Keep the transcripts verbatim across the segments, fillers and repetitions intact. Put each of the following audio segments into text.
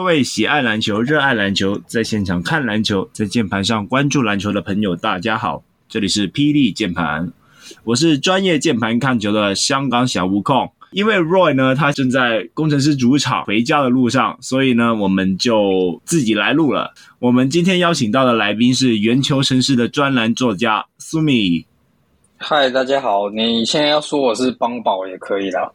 位喜爱篮球、热爱篮球，在现场看篮球，在键盘上关注篮球的朋友，大家好，这里是霹雳键盘，我是专业键盘看球的香港小悟空。因为 Roy 呢，他正在工程师主场回家的路上，所以呢，我们就自己来录了。我们今天邀请到的来宾是圆球城市的专栏作家苏米。 嗨，大家好，你现在要说我是邦宝也可以啦。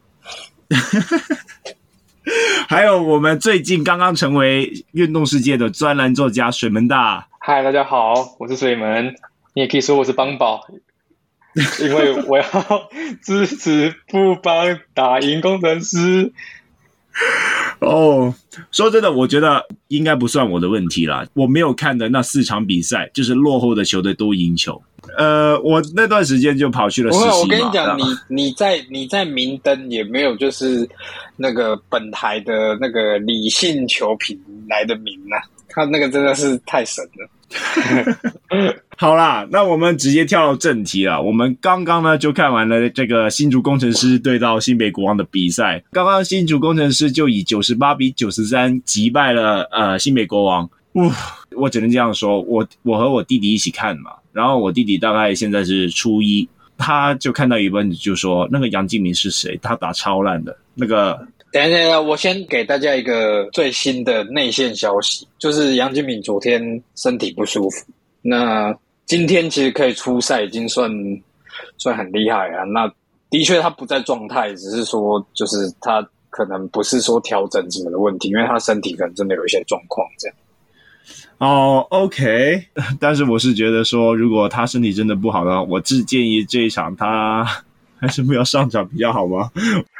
还有我们最近刚刚成为运动世界的专栏作家水门大。 嗨，大家好，我是水门，你也可以说我是邦宝，因为我要支持富邦打赢工程师。 哦，说真的，我觉得应该不算我的问题啦。我没有看的那四场比赛，就是落后的球队都赢球。呃，我那段时间就跑去了实习嘛。 我跟你讲，你你在你在明灯也没有就是那个本台的那个理性球评来的明啊，他那个真的是太神了。 好啦，那我们直接跳到正题了。我们刚刚呢就看完了这个新竹工程师对到新北国王的比赛。刚刚新竹工程师就以九十八比九十三击败了呃新北国王。呜，我只能这样说，我我和我弟弟一起看嘛，然后我弟弟大概现在是初一，他就看到一半就说那个杨敬敏是谁？他打超烂的那个。 等一下，等一下，我先给大家一个最新的内线消息，就是杨敬敏昨天身体不舒服，那今天其实可以出赛，已经算算很厉害啊。那的确他不在状态，只是说就是他可能不是说调整什么的问题，因为他身体可能真的有一些状况这样。 哦、oh, ，OK， 但是我是觉得说，如果他身体真的不好的话，我只建议这一场他还是不要上场比较好吗？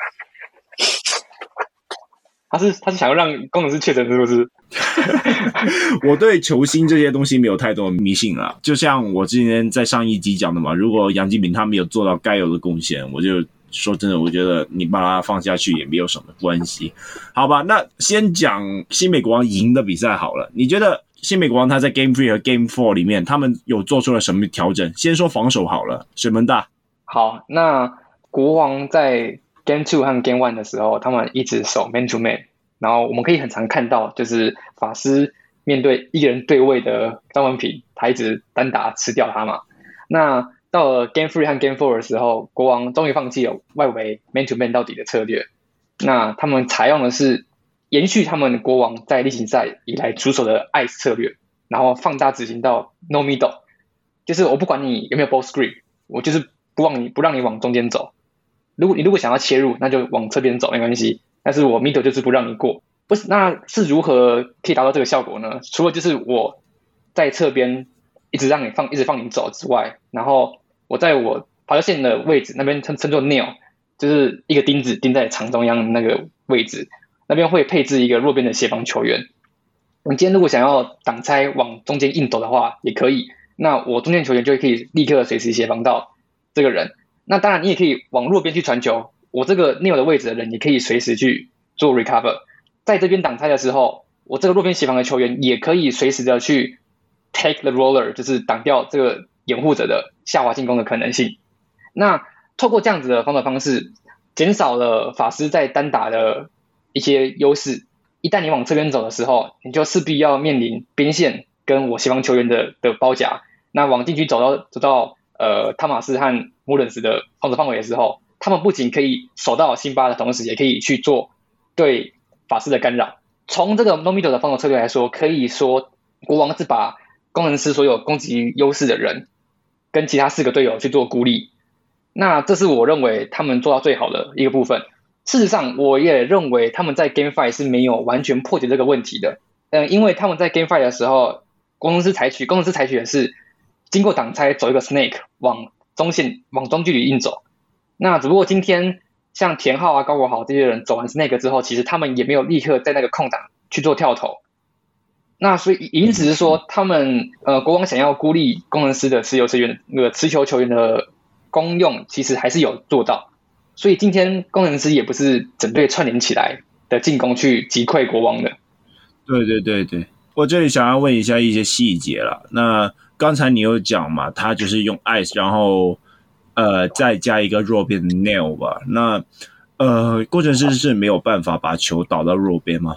他是他是想要让工程师确诊是不是？ 我对球星这些东西没有太多迷信啦，就像我之前在上一集讲的嘛，如果杨敬敏他没有做到该有的贡献，我就说真的，我觉得你把他放下去也没有什么关系，好吧？那先讲新美国王赢的比赛好了，你觉得新美国王他在 Game three 和 Game four 里面，他们有做出了什么调整？先说防守好了，水门大。 好，那国王在Game two 和 Game one 的时候，他们一直守 man to man， 然后我们可以很常看到，就是法师面对一个人对位的张文平，他一直单打吃掉他嘛。那到了 Game three 和 Game four 的时候，国王终于放弃了外围 man to man 到底的策略，那他们采用的是延续他们国王在例行赛以来主守的 ice 策略，然后放大执行到 no middle， 就是我不管你有没有 ball screen， 我就是不让你不让你往中间走。如果你如果想要切入，那就往侧边走没关系，但是我 middle 就是不让你过。不是，那是如何可以达到这个效果呢？除了就是我在侧边一直让你放，一直放你走之外，然后我在我跑道线的位置那边称称作 nail， 就是一个钉子钉在场中央那个位置，那边会配置一个弱边的协防球员。你今天如果想要挡拆往中间硬走的话，也可以。那我中间球员就可以立刻随时协防到这个人。那当然，你也可以往弱边去传球。我这个 nail 的位置的人，也可以随时去做 recover。在这边挡拆的时候，我这个弱边协防的球员也可以随时的去 take the roller， 就是挡掉这个掩护者的下滑进攻的可能性。那透过这样子的防守方式，减少了法师在单打的一些优势。一旦你往这边走的时候，你就势必要面临边线跟我协防球员的的包夹。那往禁区走到走到呃汤马斯和穆伦斯的防守范围的时候，他们不仅可以守到辛巴的同时，也可以去做对法师的干扰。从这个 no middle 的防守策略来说，可以说国王是把工程师所有攻击优势的人跟其他四个队友去做孤立。那这是我认为他们做到最好的一个部分。事实上，我也认为他们在 Game five 是没有完全破解这个问题的。嗯，因为他们在 Game five 的时候，工程师采取工程师采取的是经过挡拆走一个 snake 往中线往中距离硬走。那只不过今天像田浩啊、高国豪这些人走完 snake 之后，其实他们也没有立刻在那个空档去做跳投。那所以因此是说，他们呃国王想要孤立工程师的持球球员那个持球球员的功用，其实还是有做到。所以今天工程师也不是整队串联起来的进攻去击溃国王的。 对对对对，我这里想要问一下一些细节啦。那刚才你有讲嘛，他就是用 ice， 然后呃再加一个弱边的 nail 吧。那呃工程师是没有办法把球导到弱边吗？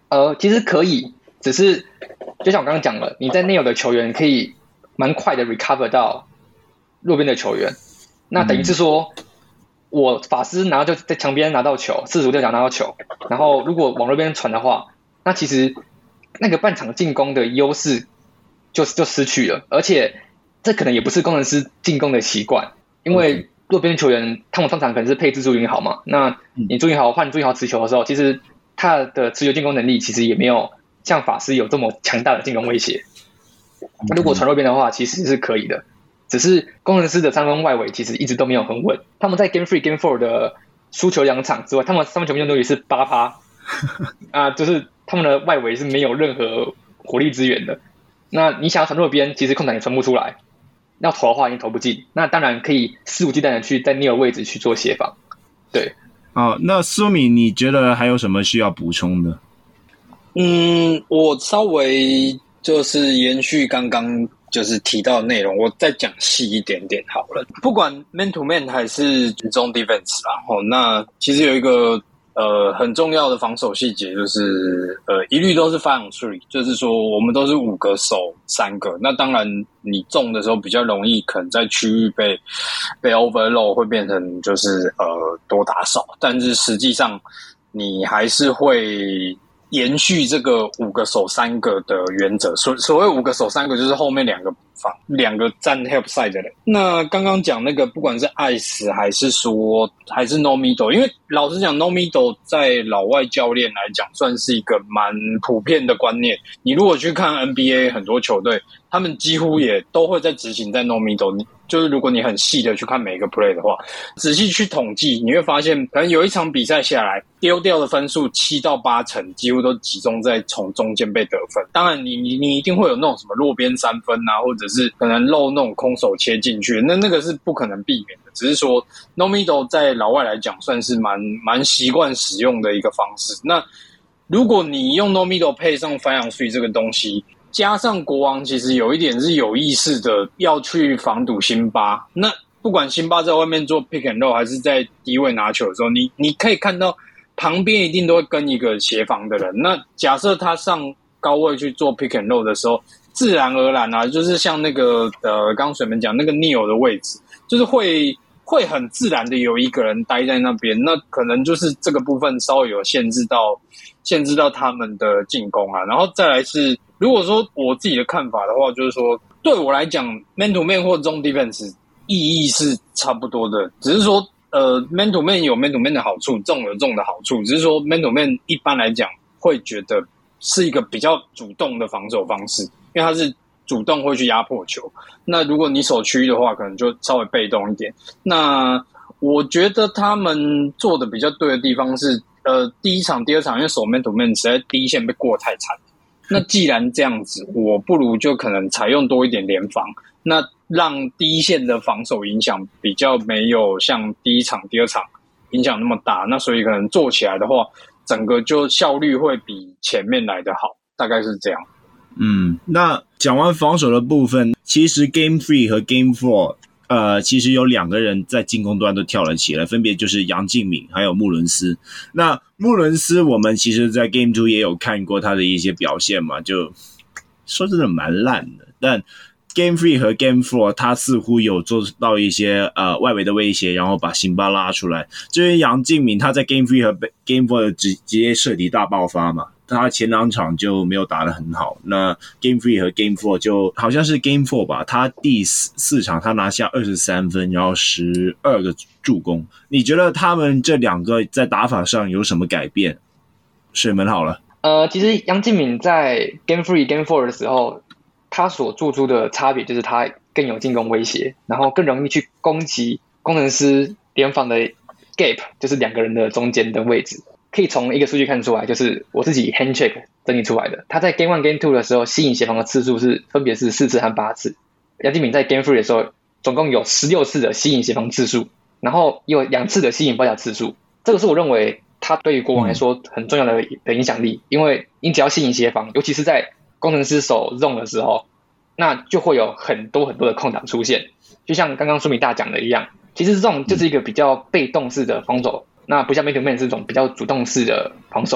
呃，其实可以，只是就像我刚刚讲了，你在内有的球员可以蛮快的 recover 到弱边的球员，那等于是说，嗯、我法师拿到就在墙边拿到球，四十五六角拿到球，然后如果往那边传的话，那其实那个半场进攻的优势就就失去了，而且这可能也不是工程师进攻的习惯，因为弱边球员他们通常可能是配置朱云豪嘛，那你朱云豪换朱云豪持球的时候，其实他的持球进攻能力其实也没有像法师有这么强大的进攻威胁。如果传弱边的话，其实是可以的，只是工程师的三分外围其实一直都没有很稳。他们在 Game Three、Game Four 的输球两场之外，他们三分球命中率是八趴啊，就是他们的外围是没有任何火力支援的。那你想要传弱边，其实空档也传不出来，要投的话也投不进。那当然可以肆无忌惮的去在 Neil 位置去做协防。对， 好，那苏米，你觉得还有什么需要补充的？ 嗯，我稍微就是延续刚刚就是提到的内容，我再讲细一点点好了。不管 man to man 还是 zone defense 啦，哦，那其实有一个呃很重要的防守细节，就是呃一律都是 five on three， 就是说我们都是五个守三个。那当然你中的时候比较容易，可能在区域被被 overload 会变成就是呃多打少，但是实际上你还是会延续这个五个守三个的原则，所所谓五个守三个就是后面两个防两个站 help side 的人。那刚刚讲那个不管是 ice 还是说还是 no middle， 因为老实讲 no middle 在老外教练来讲算是一个蛮普遍的观念。你如果去看 N B A 很多球队，他们几乎也都会在执行在 no middle。就是如果你很细的去看每一个 play 的话，仔细去统计，你会发现可能有一场比赛下来丢掉的分数七到八成几乎都集中在从中间被得分。当然你你你一定会有那种什么落边三分啊，或者是可能漏那种空手切进去，那那个是不可能避免的。只是说 no middle 在老外来讲算是蛮蛮习惯使用的一个方式。那如果你用 no middle 配上five on three这个东西，加上国王其实有一点是有意识的要去防堵辛巴，那不管辛巴在外面做 pick and roll 还是在低位拿球的时候，你你可以看到旁边一定都会跟一个协防的人。那假设他上高位去做 pick and roll 的时候，自然而然啊，就是像那个呃刚刚水门讲那个 Neil 的位置，就是会会很自然的有一个人待在那边，那可能就是这个部分稍微有限制到限制到他们的进攻啊。然后再来是，如果说我自己的看法的话，就是说对我来讲 man to man 或 zone defense 意义是差不多的，只是说呃 man to man 有 man to man 的好处，zone有zone的好处，只是说 man to man 一般来讲会觉得是一个比较主动的防守方式，因为它是主动会去压迫球。那如果你守区域的话，可能就稍微被动一点。那我觉得他们做的比较对的地方是，呃，第一场、第二场因为守 man to man 实在第一线被过太惨。那既然这样子，我不如就可能采用多一点联防，那让第一线的防守影响比较没有像第一场、第二场影响那么大。那所以可能做起来的话，整个就效率会比前面来的好，大概是这样。 嗯，那讲完防守的部分，其实 Game Three 和 Game Four， 呃，其实有两个人在进攻端都跳了起来，分别就是杨敬敏还有穆伦斯。那穆伦斯，我们其实在 Game Two 也有看过他的一些表现嘛，就说真的蛮烂的。但 Game Three 和 Game Four， 他似乎有做到一些呃外围的威胁，然后把辛巴拉出来。至于杨敬敏，他在 Game Three 和 Game Four 直直接射题大爆发嘛。他前两场就没有打得很好，那 Game Three 和 Game Four 就好像是 Game Four 吧，他第四场他拿下二十三分，然后十二个助攻。你觉得他们这两个在打法上有什么改变？水门好了。 呃，其实杨敬敏在 Game Three、Game Four 的时候，他所做出的差别就是他更有进攻威胁，然后更容易去攻击工程师联防的 gap， 就是两个人的中间的位置。可以从一个数据看出来，就是我自己 hand check 整理出来的。他在 Game One、Game Two 的时候吸引协防的次数是分别是四次和八次。杨敬敏在 Game Three 的时候，总共有十六次的吸引协防次数，然后有两次的吸引包夹次数。这个是我认为他对于国王来说很重要的的影响力，因为你只要吸引协防，尤其是在工程师守 zone 的时候，那就会有很多很多的空档出现。就像刚刚苏米大讲的一样，其实 zone 就是一个比较被动式的防守。那不像 man to man 是这种比较主动式的防守嘛？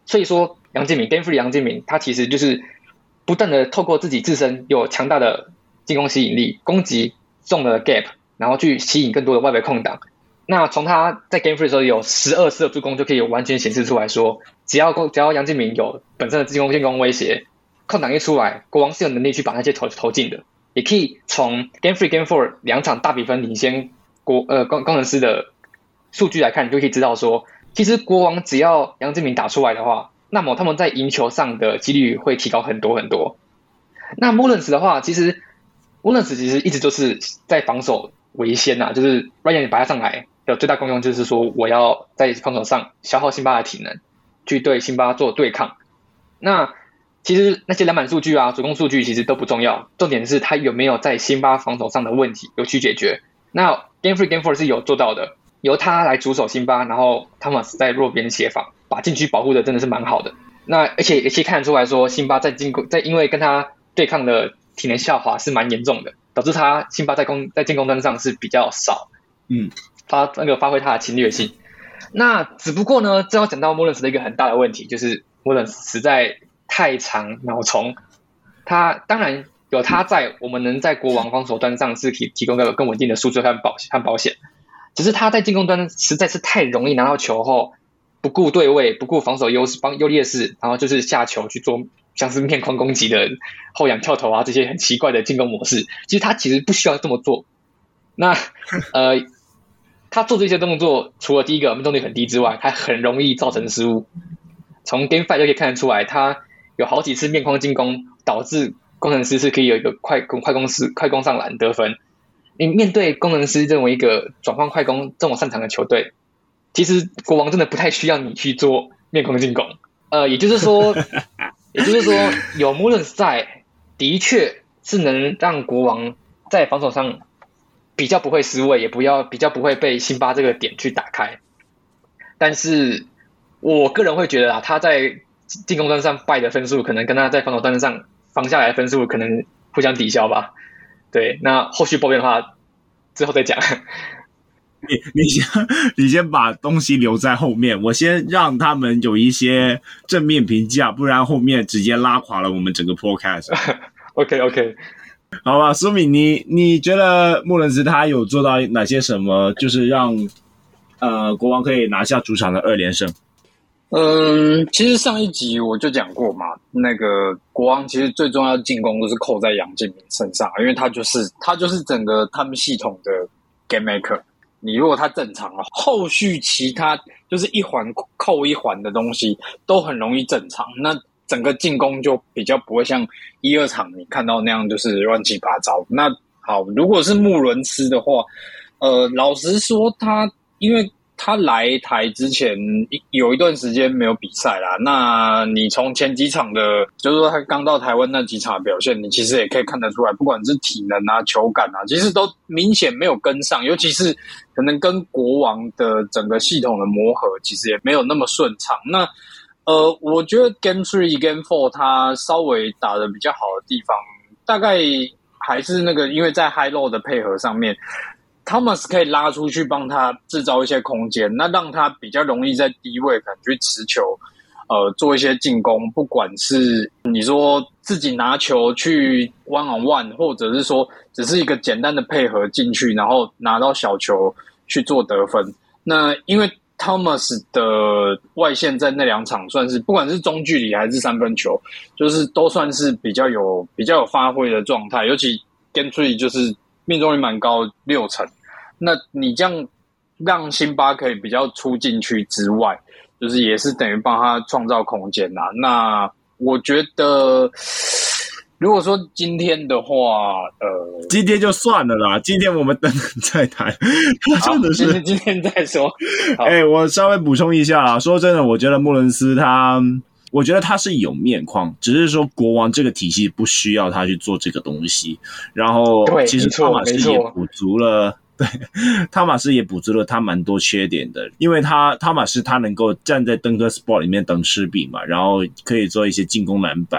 所以说杨敬敏 Game Free 杨敬敏他其实就是不断的透过自己自身有强大的进攻吸引力，攻击中了 gap， 然后去吸引更多的外围空档。那从他在 Game Free 的时候有十二次的助攻，就可以完全显示出来说，只要只要杨敬敏有本身的进攻进攻威胁，空档一出来，国王是有能力去把那些投投进的。也可以从 Game Free Game Four 两场大比分领先国呃工工程师的数据来看，你就可以知道说，其实国王只要杨敬敏打出来的话，那么他们在赢球上的几率会提高很多很多。那 Mullins 的话，其实 Mullins 其实一直都是在防守为先呐、啊，就是 Ryan 把他上来的最大功用就是说，我要在防守上消耗辛巴的体能，去对辛巴做对抗。那其实那些篮板数据啊、主攻数据其实都不重要，重点是他有没有在辛巴防守上的问题有去解决。那 Game Free Game Four 是有做到的，由他来主守辛巴，然后 Thomas 在弱边协防，把禁区保护的真的是蛮好的。那而且也可以看得出来说，辛巴在进攻在因为跟他对抗的体能下滑是蛮严重的，导致他辛巴在攻在进攻端上是比较少， 嗯， 发那个发挥他的侵略性。那只不过呢，这要讲到 Mullins 的一个很大的问题，就是 Mullins 实在太长脑虫。他当然有他在，我们能在国王防守端上是提提供个更稳定的输出和保和保险。只是他在进攻端实在是太容易拿到球后，不顾对位，不顾防守优势帮优劣势，然后就是下球去做像是面框攻击的后仰跳投啊这些很奇怪的进攻模式。其实他其实不需要这么做。那呃。他做这些动作，除了第一个命中率很低之外，他很容易造成失误。从 Game Five 就可以看得出来，他有好几次面框进攻，导致工程师是可以有一个快攻、快攻师、快攻上篮得分。你面对工程师这么一个转换快攻这么擅长的球队，其实国王真的不太需要你去做面框进攻。呃，也就是说，也就是说，有 Mullins 在，的确是能让国王在防守上比较不会失位，也不要比较不会被辛巴这个点去打开。但是我个人会觉得啊，他在进攻端上败的分数，可能跟他在防守端上防下来的分数可能互相抵消吧。对，那后续抱怨的话，之后再讲。 你你先你先把东西留在后面，我先让他们有一些正面评价，不然后面直接拉垮了我们整个 podcast。OK OK。 好吧，苏敏，你你觉得穆伦斯他有做到哪些什么，就是让呃国王可以拿下主场的二连胜？ 嗯，其实上一集我就讲过嘛，那个国王其实最重要的进攻都是扣在杨敬敏身上，因为他就是他就是整个他们系统的 game maker。你如果他正常了，后续其他就是一环扣一环的东西都很容易正常，那整个进攻就比较不会像一二场你看到那样就是乱七八糟。那好，如果是穆伦斯的话，呃，老实说他因为他来台之前有一段时间没有比赛啦，那你从前几场的，就是说他刚到台湾那几场的表现，你其实也可以看得出来，不管是体能啊、球感啊，其实都明显没有跟上，尤其是可能跟国王的整个系统的磨合，其实也没有那么顺畅。那呃，我觉得 Game Three、Game Four 他稍微打得比较好的地方，大概还是那个，因为在 High Low 的配合上面，Thomas 可以拉出去帮他制造一些空间，那让他比较容易在低位可能去持球，呃，做一些进攻，不管是你说自己拿球去 one on one， 或者是说只是一个简单的配合进去，然后拿到小球去做得分。那因为Thomas 的外线在那两场算是不管是中距离还是三分球，就是都算是比较有比较有发挥的状态，尤其 Game Three 就是命中率蛮高，六成。那你这样让辛巴可以比较出禁区之外，就是也是等于帮他创造空间啦。那我觉得如果说今天的话，呃， 今天就算了啦，今天我们等等再谈。真的是今天再说。 哎、欸，我稍微补充一下啦，说真的，我觉得穆伦斯他，我觉得他是有面框，只是说国王这个体系不需要他去做这个东西。然后，其实汤马斯也补足了。对，汤马斯也补足了他蛮多缺点的，因为他汤马斯他能够站在登哥 spot 里面等失比嘛，然后可以做一些进攻篮板嘛。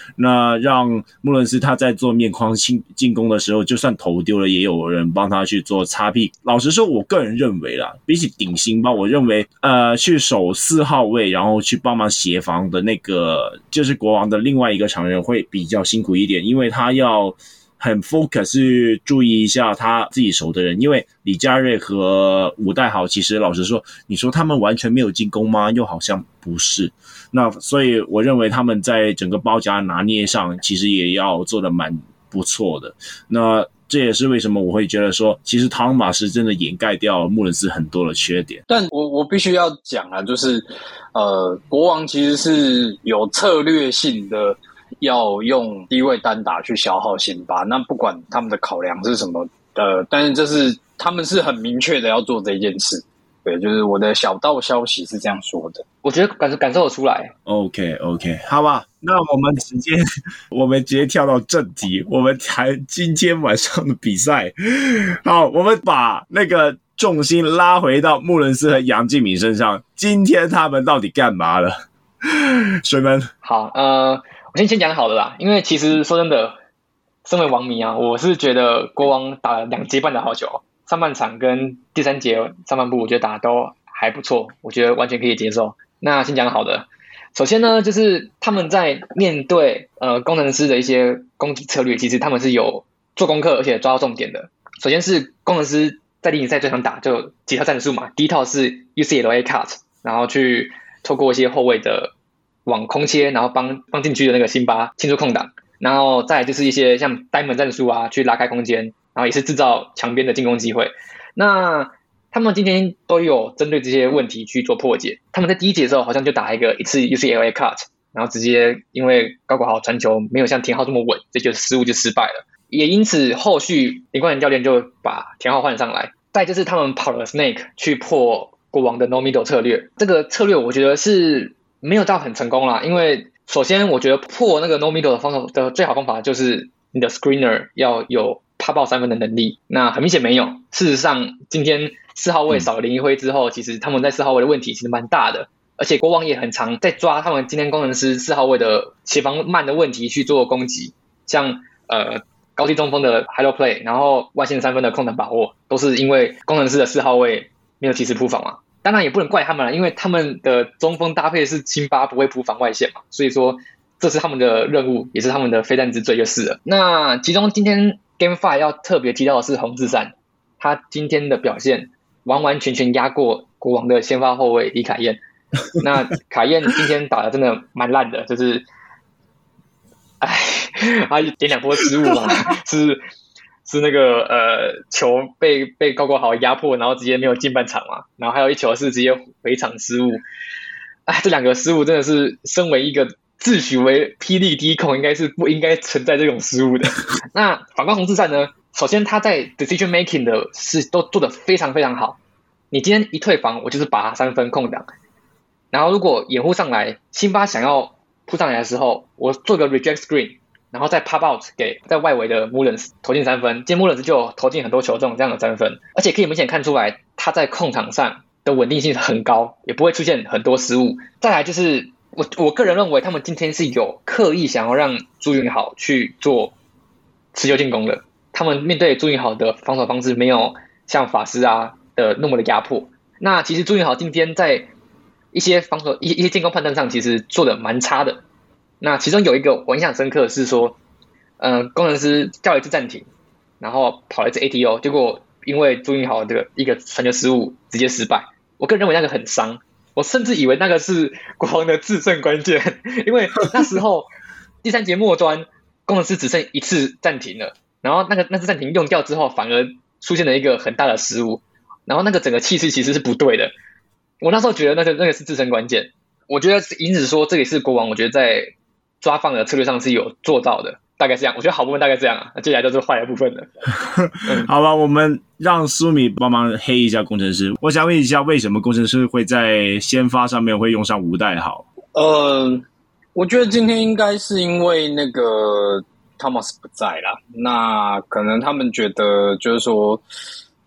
那让穆伦斯他在做面框进进攻的时候，就算头丢了，也有人帮他去做擦屁。老实说，我个人认为啦，比起顶薪吧，我认为呃去守四号位，然后去帮忙协防的那个，就是国王的另外一个常人会比较辛苦一点，因为他要很 focus 去注意一下他自己守的人，因为李佳瑞和吴代豪，其实老实说，你说他们完全没有进攻吗？又好像不是。那所以我认为他们在整个包夹拿捏上，其实也要做得蛮不错的。那这也是为什么我会觉得说，其实汤马斯真的掩盖掉了穆伦斯很多的缺点。 但我我必须要讲啊，就是呃，国王其实是有策略性的要用低位单打去消耗辛巴，那不管他们的考量是什么，呃，但是这是他们是很明确的要做这件事。对，就是我的小道消息是这样说的， 我觉得感受感受得出来。 OK OK， 好吧，那我们直接我们直接跳到正题，我们谈今天晚上的比赛。好，我们把那个重心拉回到穆伦斯和杨敬敏身上，今天他们到底干嘛了？水门， 好，呃，我先先讲好的啦，因为其实说真的，身为王迷啊，我是觉得国王打了两节半的好球。上半场跟第三节上半部，我觉得打得都还不错，我觉得完全可以接受。那先讲好的，首先呢，就是他们在面对呃工程师的一些攻击策略，其实他们是有做功课，而且抓到重点的。首先是工程师在例行赛最常打就几套战术嘛，第一套是 U C L A cut， 然后去透过一些后卫的往空切，然后帮帮禁区的那个辛巴清出空档，然后再来就是一些像呆门战术啊，去拉开空间。然后也是制造墙边的进攻机会。那他们今天都有针对这些问题去做破解。他们在第一节的时候好像就打一个一次 U C L A cut， 然后直接因为高国豪传球没有像田浩这么稳，这就失误就失败了。也因此后续林冠元教练就把田浩换上来。再就是他们跑了 snake 去破国王的 no middle 策略。这个策略我觉得是没有到很成功啦，因为首先我觉得破那个 no middle 的方法的最好方法就是你的 screener 要有趴爆三分的能力，那很明显没有。事实上，今天四号位少了林一辉之后，其实他们在四号位的问题其实蛮大的，而且国王也很常在抓他们今天工程师四号位的协防慢的问题去做攻击，像呃高低中锋的 high low play， 然后外线三分的空档把握，都是因为工程师的四号位没有及时扑防嘛。当然也不能怪他们了，因为他们的中锋搭配是辛巴不会扑防外线嘛，所以说这是他们的任务，也是他们的非战之罪就是了。那其中今天Game 五要特别提到的是洪志善，他今天的表现完完全全压过国王的先发后卫李凯燕。那凯燕今天打的真的蛮烂的，就是，哎，他点两波失误嘛，是是那个呃球被被高国豪压迫，然后直接没有进半场嘛，然后还有一球是直接回场失误。哎，这两个失误真的是身为一个自诩为霹雳低控，应该是不应该存在这种失误的。那反观洪志善呢，首先他在 decision making 的是都做得非常非常好。你今天一退防，我就是把三分空档，然后如果掩护上来，辛巴想要扑上来的时候，我做个 reject screen， 然后再 pop out 给在外围的 Mullins 投进三分。今天 Mullins 就投进很多球这种这样的三分，而且可以明显看出来他在控场上的稳定性很高，也不会出现很多失误。再来就是我我个人认为他们今天是有刻意想要让朱云豪去做持球进攻的，他们面对朱云豪的防守方式没有像法师啊的那么的压迫。那其实朱云豪今天在一些防守一一些进攻判断上其实做的蛮差的。那其中有一个我印象深刻的是说，呃，工程师叫了一次暂停，然后跑了一次 A T O， 结果因为朱云豪的一个传球失误直接失败。我个人认为那个很伤，我甚至以为那个是国王的制胜关键，因为那时候第三节末端工程师只剩一次暂停了，然后那个那次暂停用掉之后，反而出现了一个很大的失误，然后那个整个气势其实是不对的。我那时候觉得那个那个是制胜关键，我觉得因此说这也是国王，我觉得在抓放的策略上是有做到的。大概这样，我觉得好部分大概这样啊，那接下来就是坏的部分了。 嗯、好吧，我们让苏米帮忙黑一下工程师。我想问一下，为什么工程师会在先发上面会用上吴代豪？ 呃，我觉得今天应该是因为那个 Thomas 不在啦，那可能他们觉得就是说，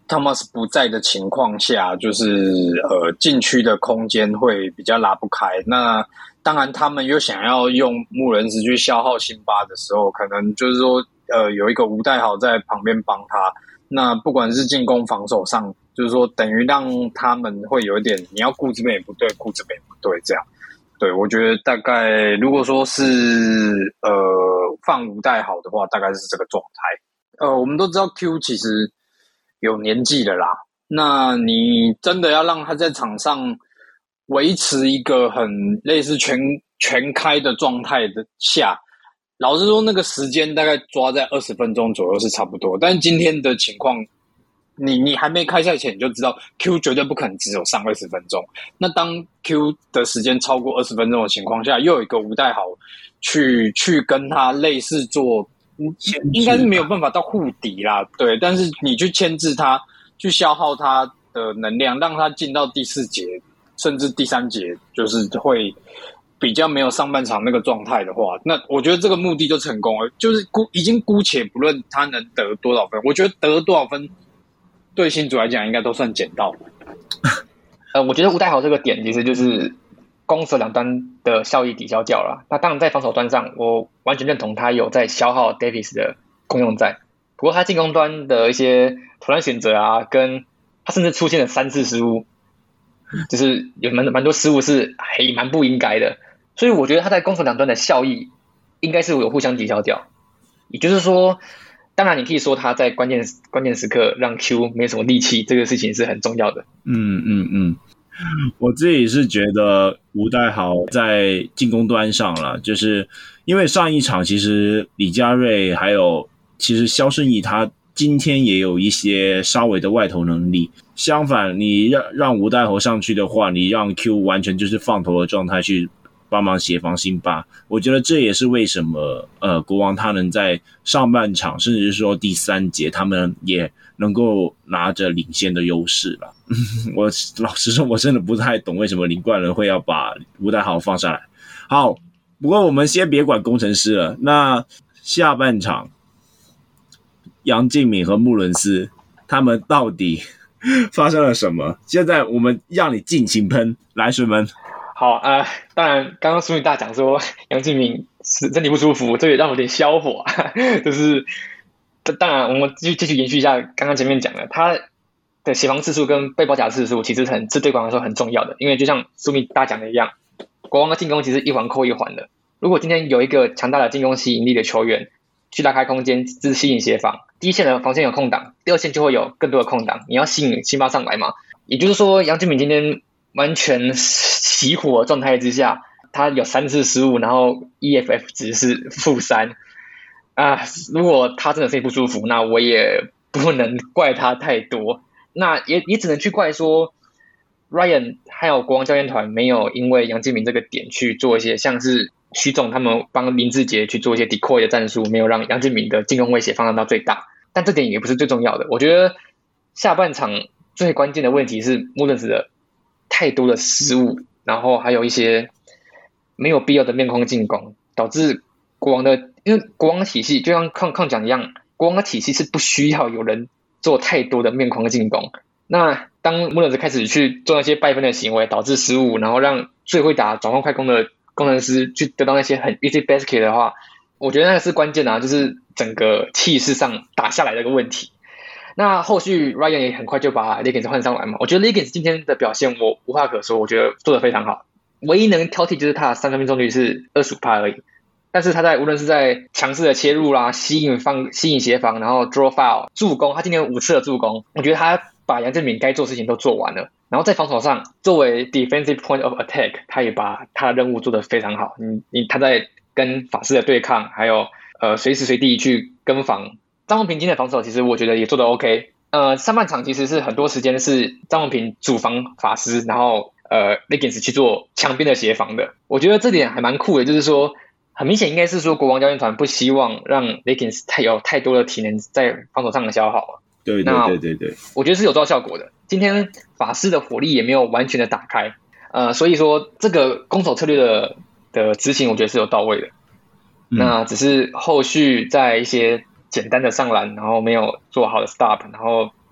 Thomas 不在的情况下，就是呃禁区的空间会比较拉不开。那当然，他们又想要用穆伦斯去消耗辛巴的时候，可能就是说呃有一个吴代豪在旁边帮他。那不管是进攻防守上，就是说等于让他们会有一点，你要顾这边也不对，顾这边也不对，这样。对，我觉得大概如果说是呃放吴代豪的话，大概是这个状态。呃，我们都知道 Q 其实有年纪了啦，那你真的要让他在场上维持一个很类似全全开的状态的下，老实说那个时间大概抓在二十分钟左右是差不多。但是今天的情况，你你还没开赛前你就知道 Q 绝对不可能只有上二十分钟。那当 Q 的时间超过二十分钟的情况下，又有一个吴代豪去去跟他类似做，应该是没有办法到护底啦，对。但是你去牵制他，去消耗他的能量，让他进到第四节甚至第三节，就是会比较没有上半场那个状态的话，那我觉得这个目的就成功了。就是姑已经姑且不论他能得多少分，我觉得得多少分对新竹来讲应该都算捡到。 呃，我觉得吴代豪这个点其实就是攻守两端的效益抵消掉了。那当然在防守端上，我完全认同他有在消耗 Davis 的功用在。不过他进攻端的一些突然选择啊，跟他甚至出现了三次失误，就是有蛮蛮多失误是还蛮不应该的。所以我觉得他在攻守两端的效益应该是有互相抵消掉。也就是说，当然你可以说他在关键关键时刻让 Q 没什么力气，这个事情是很重要的。 嗯嗯嗯，我自己是觉得吴代豪在进攻端上了，就是因为上一场其实李家瑞还有其实肖胜义他今天也有一些稍微的外投能力，相反你让让吴代豪上去的话，你让 Q 完全就是放投的状态去帮忙协防辛巴，我觉得这也是为什么呃国王他能在上半场甚至是说第三节他们也能够拿着领先的优势了。我老实说我真的不太懂为什么林冠伦会要把吴代豪放上来。好，不过我们先别管工程师了，那下半场杨敬敏和穆伦斯他们到底发生了什么？现在我们让你尽情喷，来水门。 好，呃，当然，刚刚苏米大讲说杨敬敏身体不舒服，这也让我有点消火。就是当然，我们继续继续延续一下刚刚前面讲的，他的协防次数跟被包夹次数其实很是对国王来说很重要的，因为就像苏米大讲的一样，国王的进攻其实一环扣一环的。如果今天有一个强大的进攻吸引力的球员去拉开空间，支吸引协防，第一线的防线有空档，第二线就会有更多的空档，你要吸引辛巴上来嘛。也就是说，杨敬敏今天完全熄火的状态之下，他有三次失误，然后 E F F 值是负三啊。如果他真的身体不舒服，那我也不能怪他太多，那也也只能去怪说 Ryan 还有国王教练团没有因为杨敬敏这个点去做一些像是徐总他们帮林志杰去做一些 decoy 的战术，没有让杨敬敏的进攻威胁放大到最大。但这点也不是最重要的，我觉得下半场最关键的问题是穆伦斯的太多的失误，然后还有一些没有必要的面框进攻，导致国王的，因为国王的体系就像抗抗讲一样，国王的体系是不需要有人做太多的面框进攻。那当穆伦斯开始去做那些败分的行为，导致失误，然后让最会打转换快攻的工程师去得到那些很 easy basket 的话，我觉得那个是关键啊，就是整个气势上打下来的一个问题。那后续 Ryan 也很快就把 Legends 换上来嘛，我觉得 Legends 今天的表现我无话可说，我觉得做得非常好。唯一能挑剔就是他的三分命中率是 百分之二十五 而已，但是他在无论是在强势的切入啦、吸引放、吸引协防，然后 draw foul、助攻，他今天有五次的助攻，我觉得他把杨振敏该做的事情都做完了。然后在防守上，作为 defensive point of attack， 他也把他的任务做得非常好。你你他在跟法师的对抗，还有呃随时随地去跟防。张宏平今天的防守其实我觉得也做得 OK。呃，上半场其实是很多时间是张宏平主防法师，然后呃 Legends 去做墙边的协防的。我觉得这点还蛮酷的，就是说很明显应该是说国王教练团不希望让 Legends 太有太多的体能在防守上的消耗。 对对对对对， 我觉得是有做到效果的。今天法师的火力也没有完全的打开，呃，所以说这个攻守策略的的执行，我觉得是有到位的。嗯、那只是后续在一些简单的上篮，然后没有做好的 stop， 然后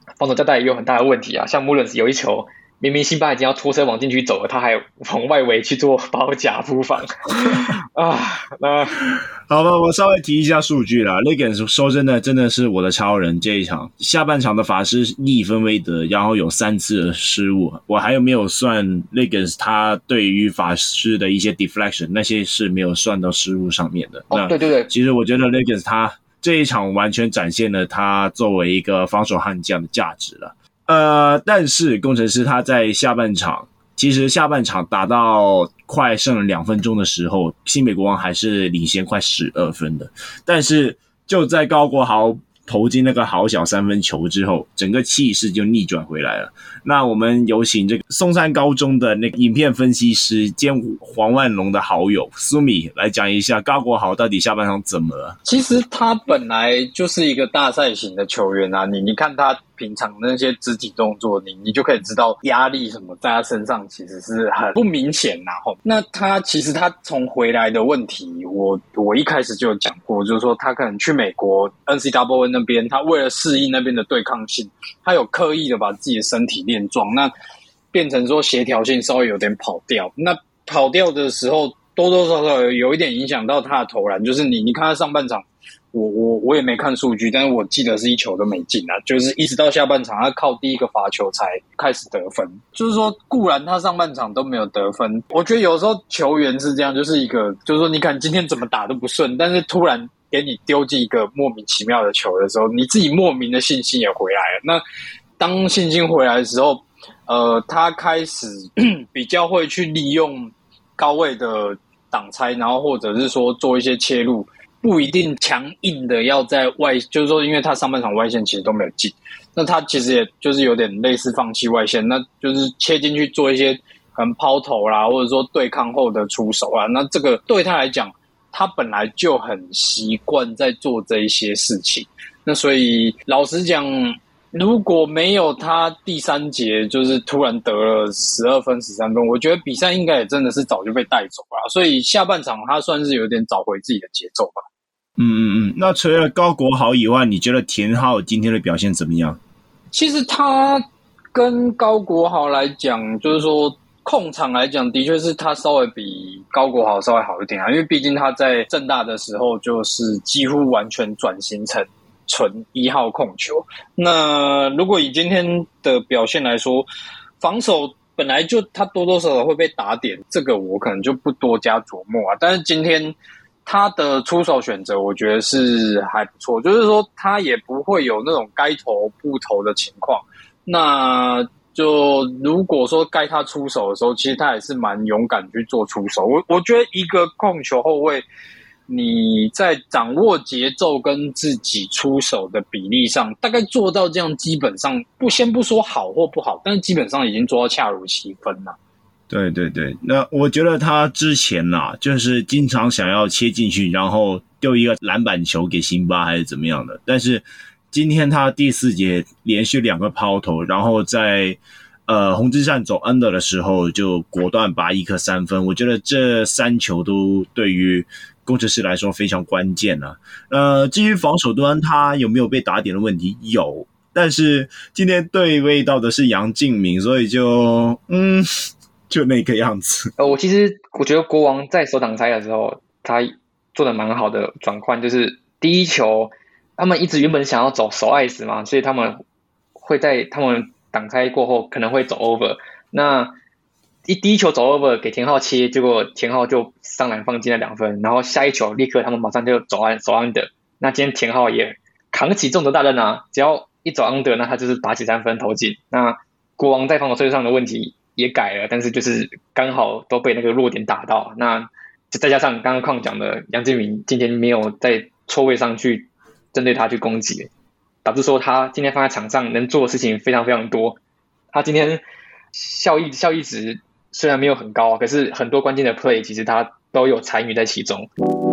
防守交代也有很大的问题啊，像 Mullins 有一球。明明辛巴已经要拖车往禁区走了，他还往外围去做包夹扑防啊！那好吧，我稍微提一下数据啦。Liggins 说真的，真的是我的超人。这一场下半场的法师逆分威德，然后有三次的失误，我还有没有算 Liggins 他对于法师的一些 deflection， 那些是没有算到失误上面的。 哦，对对对， 其实我觉得 Liggins 他这一场完全展现了他作为一个防守悍将的价值了。呃，但是工程师他在下半场，其实下半场打到快剩了两分钟的时候，新北国王还是领先快十二分的。但是就在高国豪投进那个好小三分球之后，整个气势就逆转回来了。那我们有请这个松山高中的那个影片分析师兼黄万龙的好友苏米来讲一下高国豪到底下半场怎么了。 其实他本来就是一个大赛型的球员啊，你你看他平常那些肢体动作，你你就可以知道压力什么在他身上其实是很不明显呐、啊。那他其实他从回来的问题，我我一开始就有讲过，就是说他可能去美国 N C A A 那边，他为了适应那边的对抗性，他有刻意的把自己的身体练壮，那变成说协调性稍微有点跑掉。那跑掉的时候，多多少少有一点影响到他的投篮，就是你你看他上半场。我我我也没看数据，但是我记得是一球都没进啊，就是一直到下半场，他靠第一个罚球才开始得分。就是说，固然他上半场都没有得分，我觉得有时候球员是这样，就是一个，就是说，你看今天怎么打都不顺，但是突然给你丢进一个莫名其妙的球的时候，你自己莫名的信心也回来了。那当信心回来的时候，呃，他开始比较会去利用高位的挡拆，然后或者是说做一些切入。不一定强硬的要在外，就是说，因为他上半场外线其实都没有进，那他其实也就是有点类似放弃外线，那就是切进去做一些可能抛投啦，或者说对抗后的出手啊，那这个对他来讲，他本来就很习惯在做这一些事情，那所以老实讲，如果没有他第三节就是突然得了十二分、十三分，我觉得比赛应该也真的是早就被带走了。所以下半场他算是有点找回自己的节奏吧。 嗯嗯嗯，那除了高国豪以外，你觉得田浩今天的表现怎么样？ 其实他跟高国豪来讲，就是说控场来讲，的确是他稍微比高国豪稍微好一点啊，因为毕竟他在政大的时候就是几乎完全转型成纯一号控球。那如果以今天的表现来说，防守本来就他多多少少会被打点，这个我可能就不多加琢磨啊。但是今天他的出手选择，我觉得是还不错，就是说他也不会有那种该投不投的情况。那就如果说该他出手的时候，其实他也是蛮勇敢去做出手。我我觉得一个控球后卫，你在掌握节奏跟自己出手的比例上，大概做到这样，基本上不先不说好或不好，但是基本上已经做到恰如其分了。 对对对，那我觉得他之前呐、啊，就是经常想要切进去，然后丢一个篮板球给辛巴还是怎么样的。但是今天他第四节连续两个抛投，然后在呃红之战走 under 的时候就果断拔一颗三分。我觉得这三球都对于工程师来说非常关键啊。呃，至于防守端他有没有被打点的问题，有，但是今天对位到的是杨敬敏，所以就嗯。就那个样子。 呃，我其实我觉得国王在守挡拆的时候，他做的蛮好的转换，就是第一球，他们一直原本想要走守爱死嘛，所以他们会在他们挡拆过后可能会走 over。那一第一球走 over 给田浩切，结果田浩就上篮放进了两分，然后下一球立刻他们马上就走安走 under。那今天田浩也扛起重责大任啊，只要一走 under，那他就是打起三分投进。那国王在防守策略上的问题也改了，但是就是刚好都被那个弱点打到。那再加上刚刚邝讲的杨敬敏今天没有在错位上去针对他去攻击，导致说他今天放在场上能做的事情非常非常多。他今天效益效益值虽然没有很高，可是很多关键的 play 其实他都有参与在其中。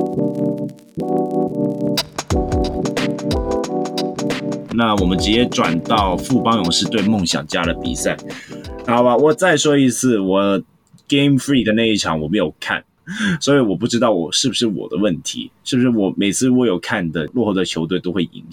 那我们直接转到富邦勇士对梦想家的比赛。好吧，我再说一次，我 Game Three 的那一场我没有看，所以我不知道我是不是我的问题，是不是我每次我有看的落后的球队都会赢球。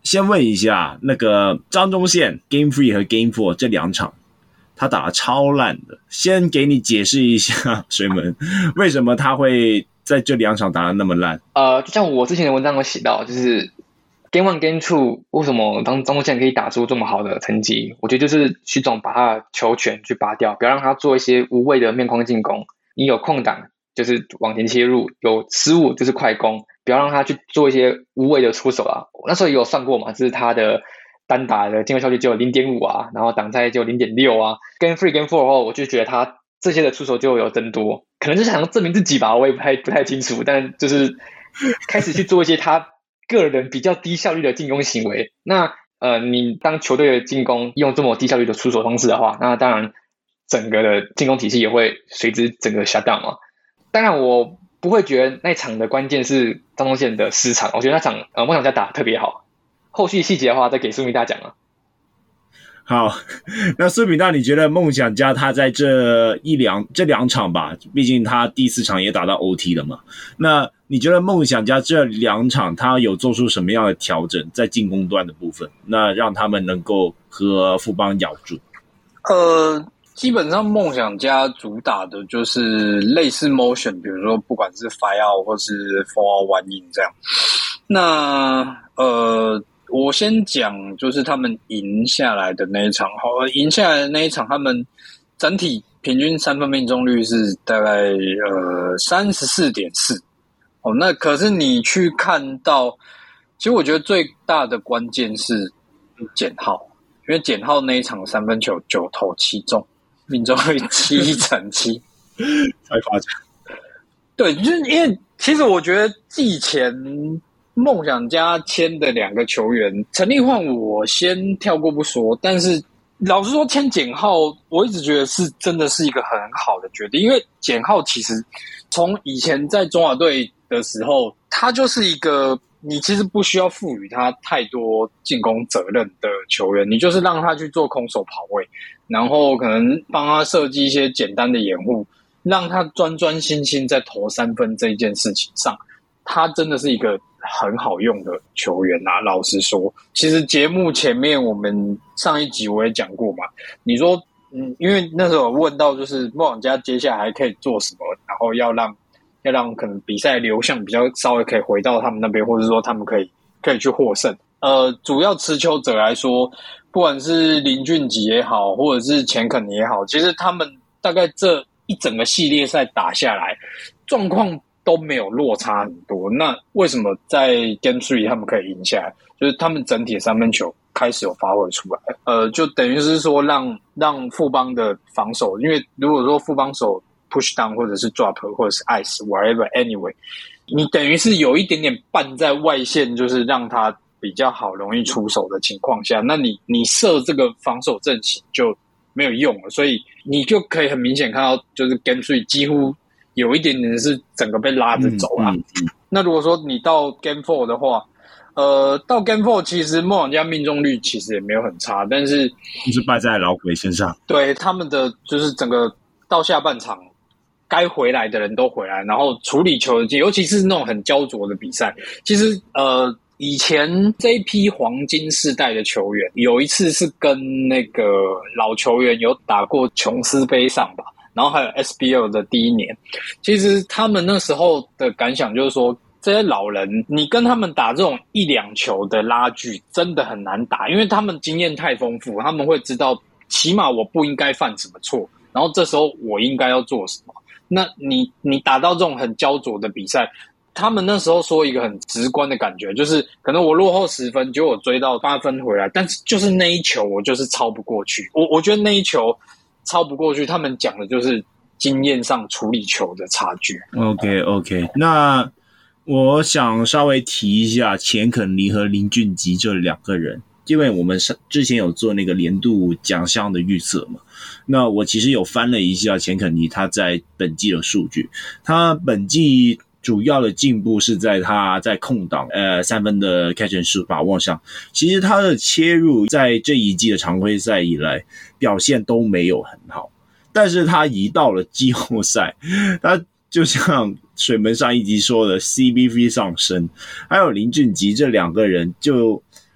先问一下，那个张宗宪 Game Three 和 Game Four 这两场，他打得超烂的。先给你解释一下，水门为什么他会在这两场打得那么烂？ 呃，就像我之前的文章有写到，就是 Game One、Game Two 为什么当张宗宪可以打出这么好的成绩？我觉得就是徐总把他的球权去拔掉，不要让他做一些无谓的面框进攻。你有空档就是往前切入，有失误就是快攻，不要让他去做一些无谓的出手啊。我那时候也有算过嘛，就是他的单打的进攻效率只有 零点五 啊，然后挡拆就 零点六 啊。跟 Free Game Four 后，我就觉得他这些的出手就有增多，可能就是想要证明自己吧，我也不太不太清楚，但就是开始去做一些他个人比较低效率的进攻行为。那呃，你当球队的进攻用这么低效率的出手方式的话，那当然整个的进攻体系也会随之整个 shut down 嘛。当然我不会觉得那场的关键是张宗宪的失常，我觉得那场呃梦想家打得特别好。后续细节的话再给苏明大讲啊。 好，那苏明大，你觉得梦想家他在这一两这两场吧，毕竟他第四场也打到 O T 了嘛，那你觉得梦想家这两场他有做出什么样的调整在进攻端的部分，那让他们能够和富邦咬住？ 呃，基本上梦想家主打的就是类似 motion， 比如说不管是 five out 或是 four out one in 这样。那呃，我先讲就是他们赢下来的那一场，好，赢下来的那一场，他们整体平均三分命中率是大概呃 三十四点四。哦，那可是你去看到，其实我觉得最大的关键是简浩，因为简浩那一场三分球九投七中，命中率七成七， 太夸张。 对，就是因为其实我觉得季前梦想家签的两个球员，陈立焕我先跳过不说，但是老实说签简浩，我一直觉得是真的是一个很好的决定，因为简浩其实从以前在中华队的时候，他就是一个你其实不需要赋予他太多进攻责任的球员，你就是让他去做空手跑位，然后可能帮他设计一些简单的掩护，让他专专心心在投三分这一件事情上，他真的是一个很好用的球员啊。老实说，其实节目前面我们上一集我也讲过嘛，你说嗯，因为那时候有问到就是梦想家接下来还可以做什么，然后要让要让可能比赛流向比较稍微可以回到他们那边，或者说他们可以可以去获胜。呃，主要持球者来说，不管是林俊吉也好，或者是钱肯尼也好，其实他们大概这一整个系列赛打下来，状况都没有落差很多。那为什么在 Game Three 他们可以赢下来？就是他们整体的三分球开始有发挥出来，呃，就等于是说让让富邦的防守，因为如果说富邦手 push down 或者是 drop 或者是 ice whatever anyway， 你等于是有一点点绊在外线，就是让他比较好容易出手的情况下，那你你设这个防守阵型就没有用了，所以你就可以很明显看到，就是 Game Three 几乎有一点点是整个被拉着走啊。嗯嗯嗯、那如果说你到 Game Four 的话，呃，到 Game Four 其实梦想家命中率其实也没有很差，但是就是败在老鬼身上。 对他们的就是整个到下半场，该回来的人都回来，然后处理球的机，尤其是那种很焦灼的比赛，其实呃。以前这一批黄金世代的球员，有一次是跟那个老球员有打过琼斯杯上吧，然后还有 S B L 的第一年，其实他们那时候的感想就是说，这些老人你跟他们打这种一两球的拉锯真的很难打，因为他们经验太丰富，他们会知道起码我不应该犯什么错，然后这时候我应该要做什么。那你你打到这种很焦灼的比赛，他们那时候说一个很直观的感觉，就是可能我落后十分，结果我追到八分回来，但是就是那一球我就是超不过去。我我觉得那一球超不过去，他们讲的就是经验上处理球的差距。 OK OK， 那我想稍微提一下钱肯尼和林俊吉这两个人，因为我们之前有做那个年度奖项的预测嘛。那我其实有翻了一下钱肯尼他在本季的数据，他本季主要的进步是在他在空档呃三分的 catch and shoot 把握上，其实他的切入在这一季的常规赛以来表现都没有很好，但是他一到了季后赛，他就像水门上一集说的 C B V 上升，还有林俊吉这两个人就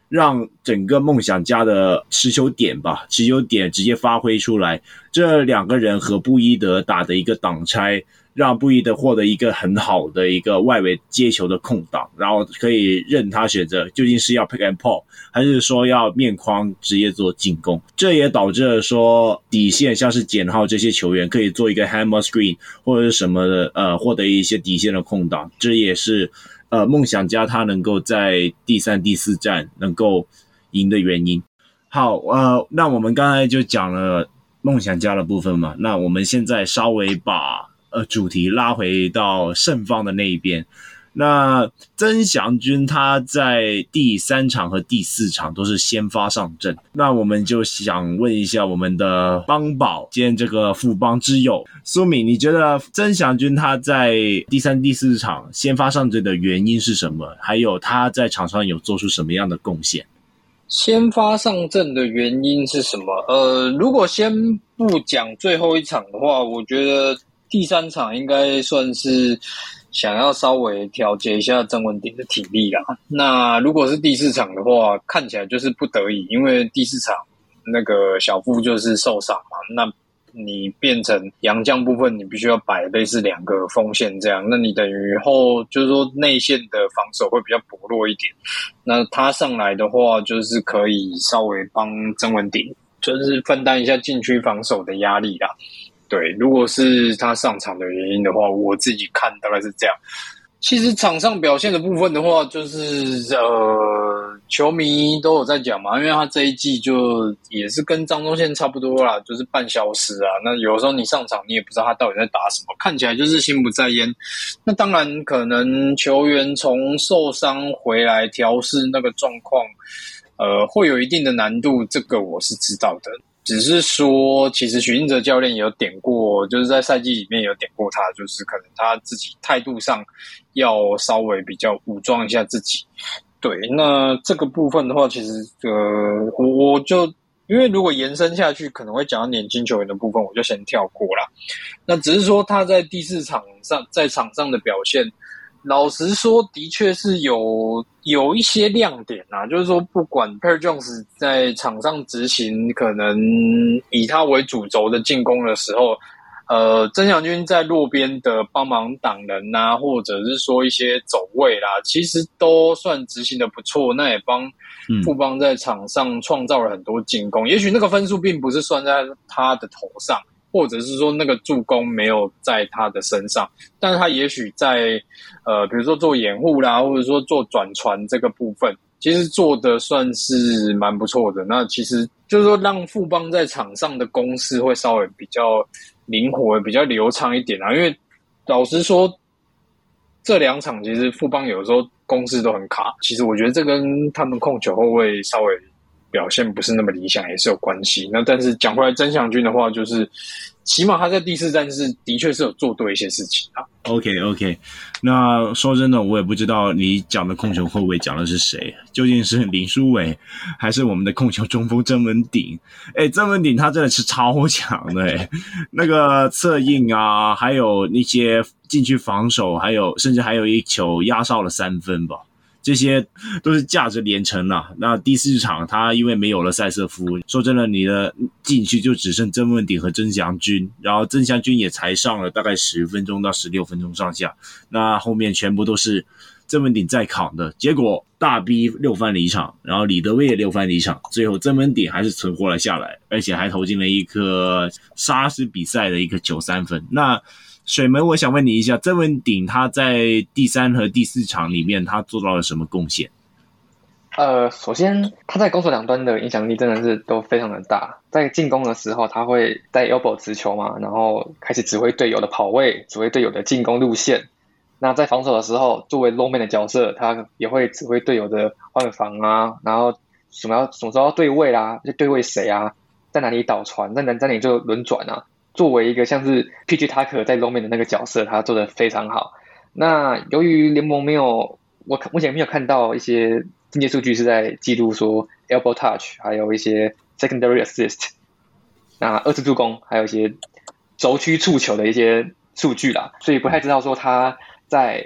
让整个梦想家的持球点吧，持球点直接发挥出来。这两个人和布伊德打的一个挡拆，让布伊德获得一个很好的一个外围接球的空档，然后可以任他选择究竟是要 pick and pop 还是说要面框直接做进攻。这也导致了说底线像是简浩这些球员可以做一个 hammer screen 或者是什么的，呃，获得一些底线的空档。这也是呃梦想家他能够在第三第四战能够赢的原因。好，呃，那我们刚才就讲了梦想家的部分嘛，那我们现在稍微把呃主题拉回到胜方的那一边。那曾祥军他在第三场和第四场都是先发上阵，那我们就想问一下我们的邦宝兼这个富邦之友苏敏，你觉得曾祥军他在第三第四场先发上阵的原因是什么？还有他在场上有做出什么样的贡献？ 先发上阵的原因是什么？呃，如果先不讲最后一场的话，我觉得第三场应该算是想要稍微调节一下曾文鼎的体力啦。那如果是第四场的话，看起来就是不得已，因为第四场那个小富就是受伤嘛，那你变成洋将部分，你必须要摆类似两个锋线这样，那你等于后就是说内线的防守会比较薄弱一点。那他上来的话，就是可以稍微帮曾文鼎，就是分担一下禁区防守的压力啦。对，如果是他上场的原因的话，我自己看大概是这样。其实场上表现的部分的话，就是呃，球迷都有在讲嘛，因为他这一季就也是跟张宗宪差不多啦，就是半消失啊。那有时候你上场，你也不知道他到底在打什么，看起来就是心不在焉。那当然，可能球员从受伤回来调试那个状况，呃，会有一定的难度，这个我是知道的。只是说，其实许晋哲教练也有点过，就是在赛季里面有点过他，就是可能他自己态度上要稍微比较武装一下自己。对，那这个部分的话，其实呃，我我就因为如果延伸下去，可能会讲到年轻球员的部分，我就先跳过啦。那只是说他在第四场上在场上的表现，老实说，的确是有有一些亮点啊，就是说，不管 Perry Jones 在场上执行可能以他为主轴的进攻的时候，呃，曾祥军在落边的帮忙挡人啊，或者是说一些走位啦，其实都算执行的不错，那也帮富邦在场上创造了很多进攻。嗯、也许那个分数并不是算在他的头上。或者是说那个助攻没有在他的身上，但是他也许在呃，比如说做掩护啦，或者说做转传这个部分，其实做的算是蛮不错的。那其实就是说让富邦在场上的攻势会稍微比较灵活、比较流畅一点啊。因为老实说，这两场其实富邦有时候攻势都很卡，其实我觉得这跟他们控球后卫稍微表现不是那么理想也是有关系。那但是讲回来曾祥军的话，就是起码他在第四战是的确是有做对一些事情啊。 OK OK， 那说真的，我也不知道你讲的控球后卫讲的是谁，究竟是林书伟还是我们的控球中锋曾文鼎？哎，曾文鼎他真的是超强的哎，那个策应啊，还有那些禁区防守，还有甚至还有一球压哨了三分吧。这些都是价值连城啊。那第四场他因为没有了塞瑟夫，说真的，你的禁区就只剩曾文鼎和曾祥军，然后曾祥军也才上了大概十分钟到十六分钟上下，那后面全部都是曾文鼎在扛的。结果大 B 六番离场，然后李德威也六番离场，最后曾文鼎还是存活了下来，而且还投进了一颗杀死比赛的一个九三分。那水门，我想问你一下，曾文鼎他在第三和第四场里面，他做到了什么贡献？ 呃，首先他在攻守两端的影响力真的是都非常的大。在进攻的时候，他会在 elbow 持球嘛，然后开始指挥队友的跑位，指挥队友的进攻路线。那在防守的时候，作为 low man 的角色，他也会指挥队友的换防啊，然后什么要什么时候要对位啦，就对位谁啊，在哪里导传，在哪在哪里就轮转啊。作为一个像是 P J Tucker 在 low man 的那个角色，他做得非常好。那由于联盟没有，我目前没有看到一些进阶数据是在记录说 elbow touch， 还有一些 secondary assist， 那二次助攻，还有一些轴区触球的一些数据啦，所以不太知道说他在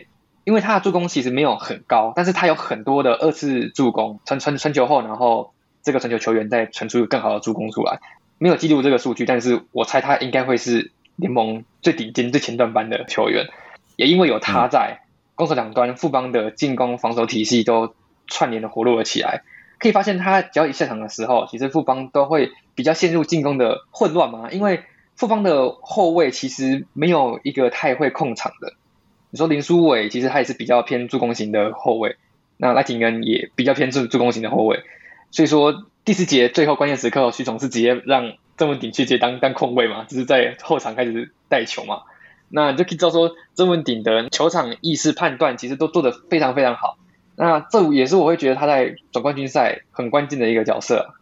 因为他的助攻其实没有很高，但是他有很多的二次助攻，传传传球后，然后这个传球球员再传出更好的助攻出来。没有记录这个数据，但是我猜他应该会是联盟最顶尖、最前段班的球员。也因为有他在，攻守两端富邦的进攻、防守体系都串联的活络了起来。可以发现，他只要一下场的时候，其实富邦都会比较陷入进攻的混乱嘛，因为富邦的后卫其实没有一个太会控场的。你说林书伟，其实他也是比较偏助攻型的后卫，那赖廷恩也比较偏助助攻型的后卫，所以说第四节最后关键时刻，徐总是直接让曾文鼎去接当当控卫嘛，就是在后场开始带球嘛。那你就可以知道说，曾文鼎的球场意识判断其实都做得非常非常好。那这也是我会觉得他在总冠军赛很关键的一个角色。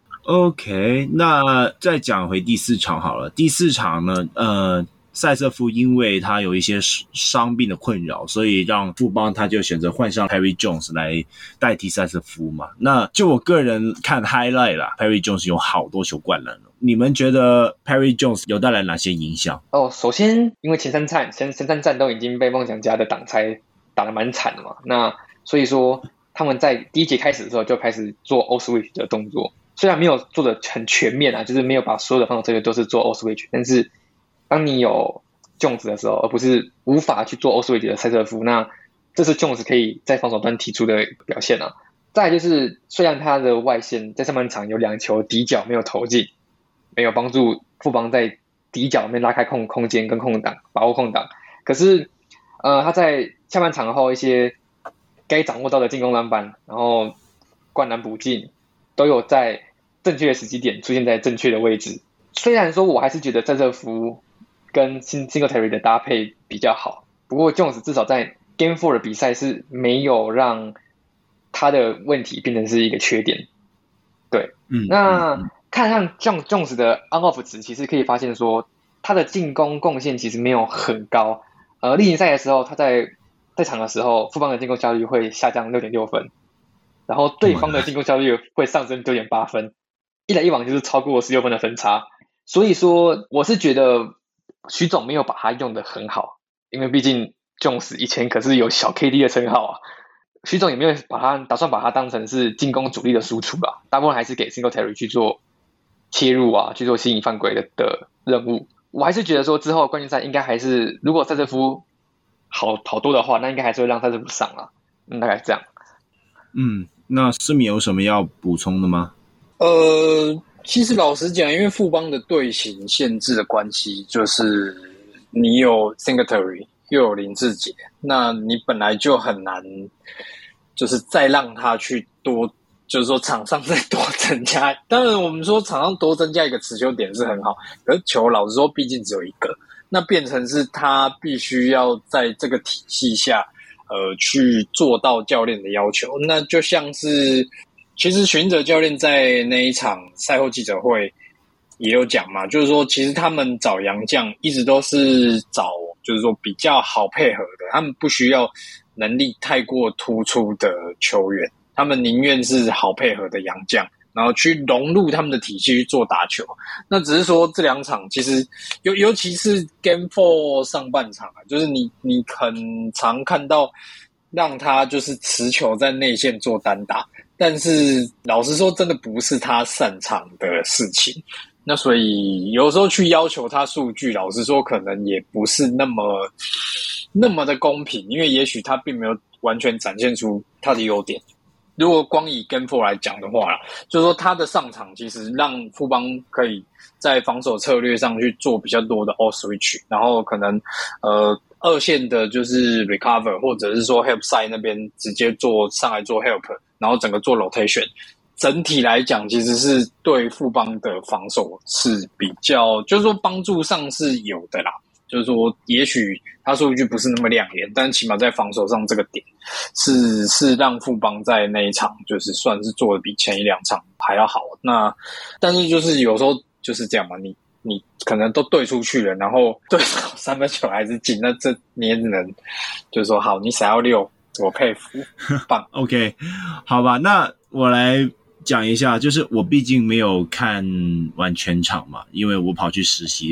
OK， 那再讲回第四场好了。第四场呢，呃，塞瑟夫因为他有一些伤病的困扰，所以让富邦他就选择换上 Perry Jones 来代替塞瑟夫嘛。那就我个人看 highlight 啦 ，Perry Jones 有好多球灌篮了。你们觉得 Perry Jones 有带来哪些影响？ 哦，首先因为前三战前前三战都已经被梦想家的挡拆打得蛮惨的嘛，那所以说他们在第一节开始的时候就开始做 all switch 的动作，虽然没有做得很全面啊，就是没有把所有的防守策略都是做 all switch， 但是当你有 Jones 的时候，而不是无法去做 all switch 的塞瑟夫，那这是 Jones 可以在防守端提出的表现啊。再来就是，虽然他的外线在上半场有两球底角没有投进，没有帮助富邦在底角里面拉开空空间跟空档，把握空档，可是呃他在下半场后一些该掌握到的进攻篮板，然后灌篮补进，都有在正确的时机点出现在正确的位置。虽然说我还是觉得塞瑟夫跟 Singletary 的搭配比较好，不过 Jones 至少在 Game 四的比赛是没有让他的问题变成是一个缺点。对，嗯，那、嗯、看上 Jones 的 on-off 值，其实可以发现说他的进攻贡献其实没有很高。呃，例行赛的时候，他在在场的时候，富邦的进攻效率会下降 六点六 分，然后对方的进攻效率会上升 九点八 分，一来一往就是超过十六分的分差。所以说，我是觉得徐总没有把他用得很好，因为毕竟 Jones 以前可是有小 K D 的称号啊。徐总也没有把他打算把他当成是进攻主力的输出啦，大部分还是给 Singletary 去做切入啊，去做吸引犯规 的, 的任务。我还是觉得说之后冠军赛应该还是，如果塞瑟夫好好多的话，那应该还是会让塞瑟夫上啊，嗯，大概这样。 嗯，那思敏有什么要补充的吗？ 呃，其实老实讲，因为富邦的队形限制的关系，就是你有 Singletary 又有林志杰，那你本来就很难，就是再让他去多，就是说场上再多增加。当然，我们说场上多增加一个持球点是很好，可是球老实说，毕竟只有一个，那变成是他必须要在这个体系下，呃，去做到教练的要求。那就像是，其实许晋哲教练在那一场赛后记者会也有讲嘛，就是说，其实他们找洋将一直都是找，就是说比较好配合的，他们不需要能力太过突出的球员，他们宁愿是好配合的洋将，然后去融入他们的体系去做打球。那只是说这两场其实尤尤其是 Game 四 上半场啊，就是你你很常看到让他就是持球在内线做单打，但是老实说真的不是他擅长的事情。那所以有时候去要求他数据，老实说可能也不是那么那么的公平，因为也许他并没有完全展现出他的优点。如果光以 Game 四 来讲的话啦，就是说他的上场其实让富邦可以在防守策略上去做比较多的 all switch， 然后可能呃二线的就是 recover 或者是说 help side 那边直接做上来做 help， 然后整个做 rotation。整体来讲，其实是对富邦的防守是比较，就是说帮助上是有的啦。就是说，也许他数据不是那么亮眼，但起码在防守上这个点是是让富邦在那一场就是算是做的比前一两场还要好。那但是就是有时候就是这样嘛，你你可能都对出去了，然后对手三分球还是进，那这你也只能就是说好，你闪要六，我佩服，棒。 OK， 好吧，那我来讲一下，就是我毕竟没有看完全场嘛，因为我跑去实习了。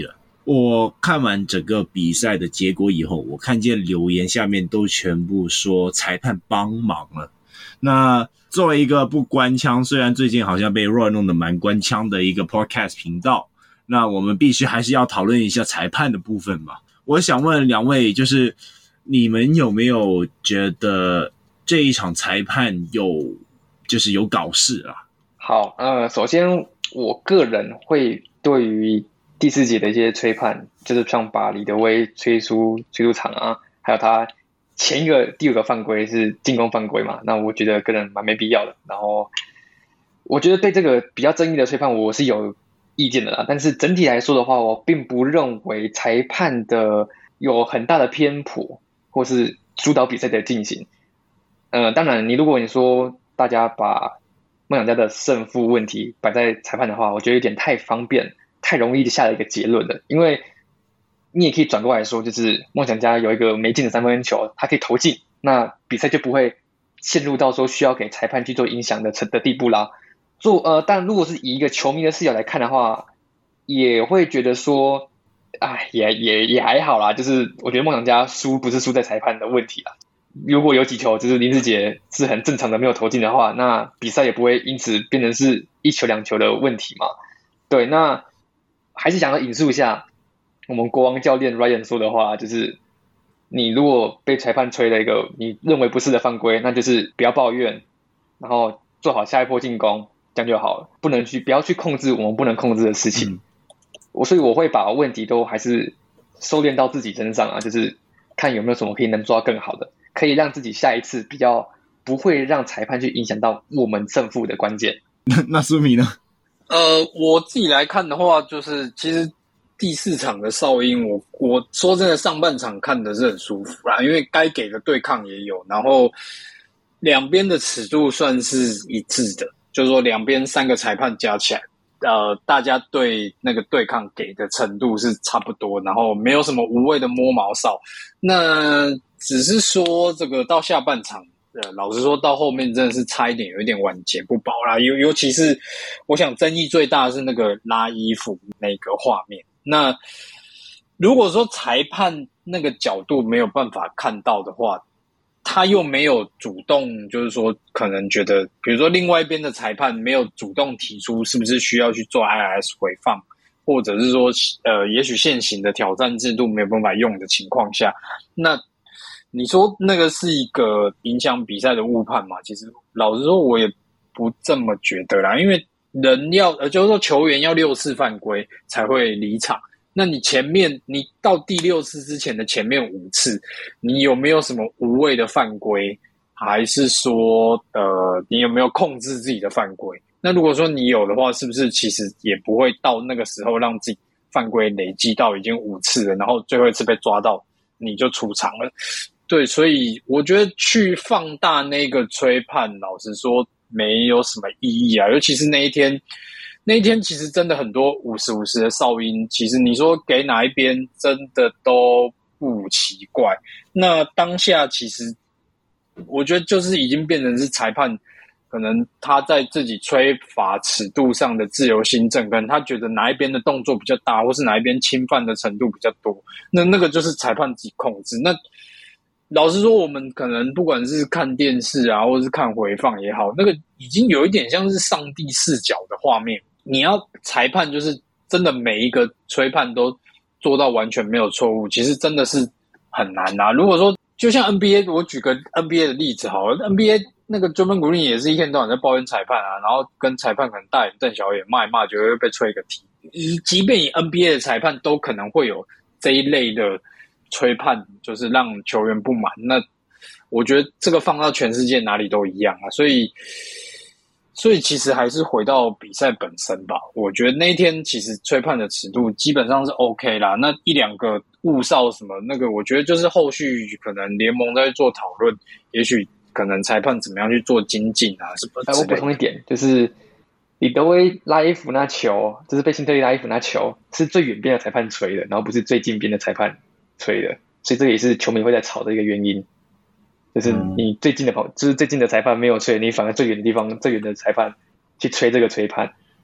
我看完整个比赛的结果以后，我看见留言下面都全部说裁判帮忙了。那作为一个不官腔，虽然最近好像被 Roy 弄得蛮官腔的一个 podcast 频道，那我们必须还是要讨论一下裁判的部分嘛。我想问两位，就是你们有没有觉得这一场裁判有就是有搞事啊？ 好，呃，首先我个人会对于第四节的一些吹判，就是像把李德威吹出吹出场啊，还有他前一个第五个犯规是进攻犯规嘛，那我觉得个人蛮没必要的。然后我觉得对这个比较争议的吹判我是有意见的啦，但是整体来说的话，我并不认为裁判的有很大的偏颇或是主导比赛的进行。呃，当然，你如果你说大家把梦想家的胜负问题摆在裁判的话，我觉得有点太方便，太容易下了一个结论了。因为你也可以转过来说，就是梦想家有一个没进的三分球，他可以投进，那比赛就不会陷入到说需要给裁判去做影响的的地步啦。做呃，但如果是以一个球迷的视角来看的话，也会觉得说，哎，也也也还好啦。就是我觉得梦想家输不是输在裁判的问题啦。如果有几球就是林志杰是很正常的没有投进的话，那比赛也不会因此变成是一球两球的问题嘛。对，那还是想要引述一下我们国王教练 Ryan 说的话，就是你如果被裁判吹了一个你认为不是的犯规，那就是不要抱怨，然后做好下一波进攻，这样就好了。不能去不要去控制我们不能控制的事情。嗯、我所以我会把问题都还是收敛到自己身上啊，就是看有没有什么可以能做到更好的。可以让自己下一次比较不会让裁判去影响到我们胜负的关键。 那苏米呢？ 呃，我自己来看的话，就是其实第四场的哨音，我我说真的，上半场看的是很舒服啦，因为该给的对抗也有，然后两边的尺度算是一致的，就是说两边三个裁判加起来，呃，大家对那个对抗给的程度是差不多，然后没有什么无谓的摸毛哨。那只是说这个到下半场，呃，老实说到后面真的是差一点，有一点晚节不保啦。尤尤其是我想争议最大的是那个拉衣服那个画面。那如果说裁判那个角度没有办法看到的话，他又没有主动，就是说可能觉得，比如说另外一边的裁判没有主动提出是不是需要去做 I R S 回放，或者是说呃，也许现行的挑战制度没有办法用的情况下，那你说那个是一个影响比赛的误判嘛？其实老实说，我也不这么觉得啦。因为人要呃，就是说球员要六次犯规才会离场。那你前面你到第六次之前的前面五次，你有没有什么无谓的犯规？还是说呃，你有没有控制自己的犯规？那如果说你有的话，是不是其实也不会到那个时候让自己犯规累积到已经五次了，然后最后一次被抓到你就出场了？对，所以我觉得去放大那个吹判，老实说没有什么意义啊。尤其是那一天，那一天其实真的很多五十五十的哨音，其实你说给哪一边真的都不奇怪。那当下其实我觉得就是已经变成是裁判，可能他在自己吹罚尺度上的自由心证，可能他觉得哪一边的动作比较大，或是哪一边侵犯的程度比较多，那那个就是裁判自己控制。那老实说，我们可能不管是看电视啊，或是看回放也好，那个已经有一点像是上帝视角的画面。你要裁判就是真的每一个吹判都做到完全没有错误，其实真的是很难啊。如果说就像 N B A， 我举个 N B A 的例子好了 ，N B A 那个 Draymond Green 也是一天到晚在抱怨裁判啊，然后跟裁判可能大眼瞪小眼骂一骂，就会被吹个题。以即便以 N B A 的裁判都可能会有这一类的吹判，就是让球员不满。那我觉得这个放到全世界哪里都一样啊，所以。所以其实还是回到比赛本身吧。我觉得那一天其实吹判的尺度基本上是 OK 啦。那一两个误哨什么那个，我觉得就是后续可能联盟在做讨论，也许可能裁判怎么样去做精进啊什么之类的。 我补充一点，就是李德威拉衣服那球，就是被辛特利拉衣服那球，是最远边的裁判吹的，然后不是最近边的裁判吹的，所以这也是球迷会在吵的一个原因。就是你最近的跑，就是最近的裁判没有吹，你反而最远的地方、最远的裁判去吹这个吹判。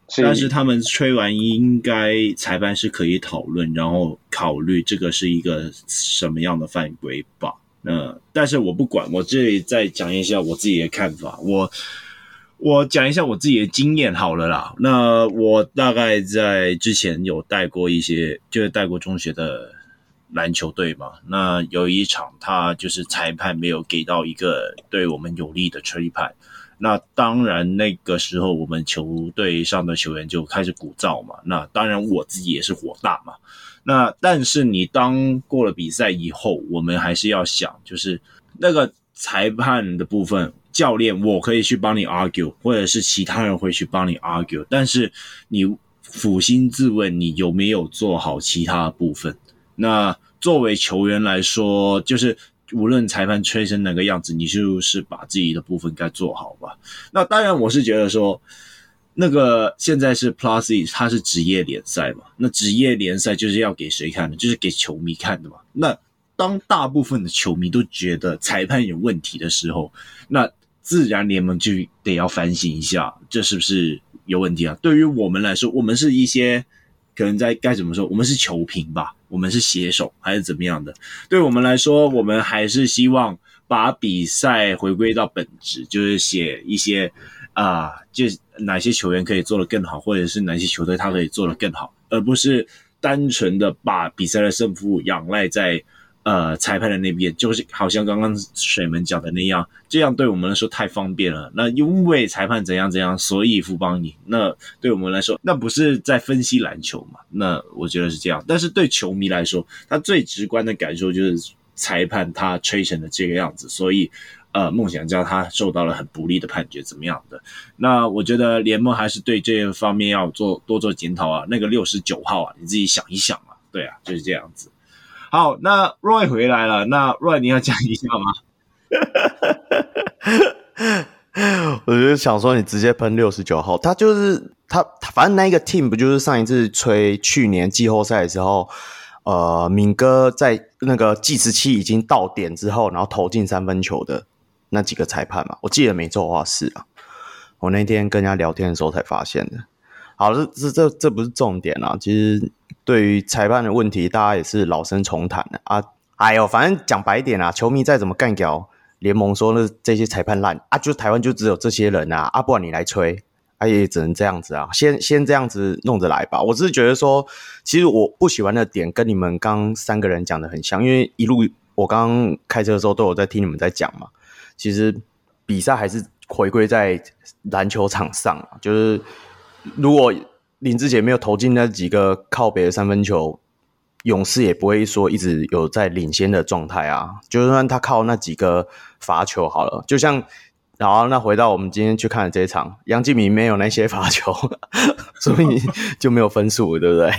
但是他们吹完应该裁判是可以讨论，然后考虑这个是一个什么样的犯规吧。那但是我不管，我这里再讲一下我自己的看法。我我讲一下我自己的经验好了啦。那我大概在之前有带过一些，就是带过中学的篮球队嘛。那有一场他就是裁判没有给到一个对我们有利的吹判。那当然那个时候我们球队上的球员就开始鼓噪嘛，那当然我自己也是火大嘛。那但是你当过了比赛以后，我们还是要想，就是那个裁判的部分，教练我可以去帮你 argue， 或者是其他人会去帮你 argue， 但是你扪心自问，你有没有做好其他的部分？那作为球员来说，就是无论裁判吹成哪个样子，你就是把自己的部分该做好吧。那当然我是觉得说，那个现在是 Plus E， 它是职业联赛嘛，那职业联赛就是要给谁看的？就是给球迷看的嘛。那当大部分的球迷都觉得裁判有问题的时候，那自然联盟就得要反省一下，这是不是有问题啊？对于我们来说，我们是一些可能在该怎么说，我们是球评吧，我们是写手还是怎么样的？对我们来说，我们还是希望把比赛回归到本质，就是写一些啊、呃，就是哪些球员可以做得更好，或者是哪些球队他可以做得更好，而不是单纯的把比赛的胜负仰赖在呃裁判的那边，就是好像刚刚水门讲的那样，这样对我们来说太方便了。那因为裁判怎样怎样，所以富邦赢，那对我们来说，那不是在分析篮球嘛？那我觉得是这样。但是对球迷来说，他最直观的感受就是裁判他吹成了这个样子，所以呃，梦想家他受到了很不利的判决，怎么样的？那我觉得联盟还是对这方面要做多做检讨啊。那个六十九号啊，你自己想一想啊，对啊，就是这样子。好，那 Roy 回来了，那 Roy 你要讲一下吗？ 我就想说，你直接喷六十九号，他就是他，反正那一个 team 不就是上一次吹去年季后赛的时候，呃，敏哥在那个计时器已经到点之后，然后投进三分球的那几个裁判嘛，我记得没错的话是啊，我那天跟人家聊天的时候才发现的。好，这这这这不是重点啊，其实对于裁判的问题，大家也是老生重谈的啊。哎呦，反正讲白一点啊，球迷再怎么干掉联盟说那这些裁判烂啊，就台湾就只有这些人啊，啊，不然你来吹，啊也只能这样子啊，先先这样子弄着来吧。我是觉得说，其实我不喜欢的点跟你们刚三个人讲的很像，因为一路我刚刚开车的时候都有在听你们在讲嘛。其实比赛还是回归在篮球场上啊，就是如果林志杰没有投进那几个靠北的三分球，勇士也不会说一直有在领先的状态啊。就算他靠那几个罚球好了，就像然后那回到我们今天去看的这一场，杨敬敏没有那些罚球，所以就没有分数，对不对？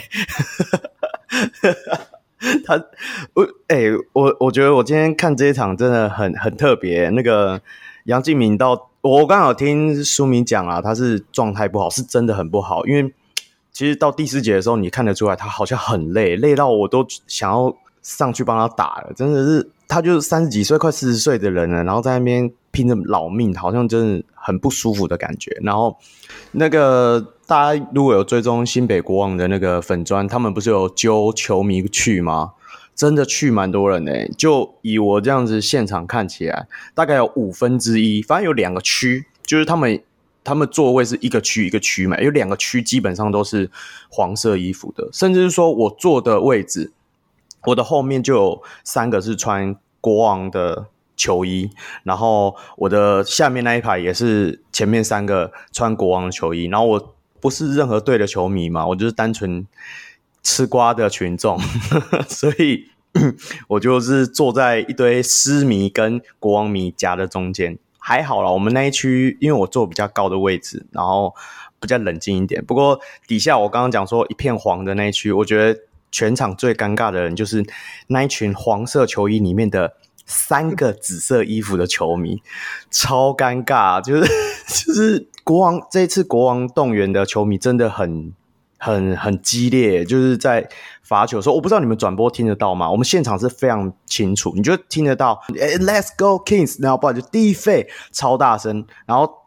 他我哎、欸，我我觉得我今天看这一场真的很很特别。那个杨敬敏到我刚好听书明讲啊，他是状态不好，是真的很不好。因为其实到第四节的时候，你看得出来他好像很累，累到我都想要上去帮他打了。真的是，他就是三十几岁、快四十岁的人了，然后在那边拼着老命，好像真的很不舒服的感觉。然后那个大家如果有追踪新北国王的那个粉专，他们不是有揪球迷去吗？真的去蛮多人的、欸，就以我这样子现场看起来，大概有五分之一，反正有两个区，就是他们他们座位是一个区一个区嘛，有两个区基本上都是黄色衣服的，甚至是说我坐的位置，我的后面就有三个是穿国王的球衣，然后我的下面那一排也是前面三个穿国王的球衣，然后我不是任何队的球迷嘛，我就是单纯吃瓜的群众，所以我就是坐在一堆狮迷跟国王迷夹的中间。还好啦，我们那一区因为我坐比较高的位置，然后比较冷静一点。不过底下我刚刚讲说一片黄的那一区，我觉得全场最尴尬的人就是那一群黄色球衣里面的三个紫色衣服的球迷，超尴尬。就是就是国王这一次国王动员的球迷真的很很很激烈，就是在罚球的时候，我不知道你们转播听得到吗？我们现场是非常清楚，你就听得到 Let's go Kings， 然后不然就地费超大声，然后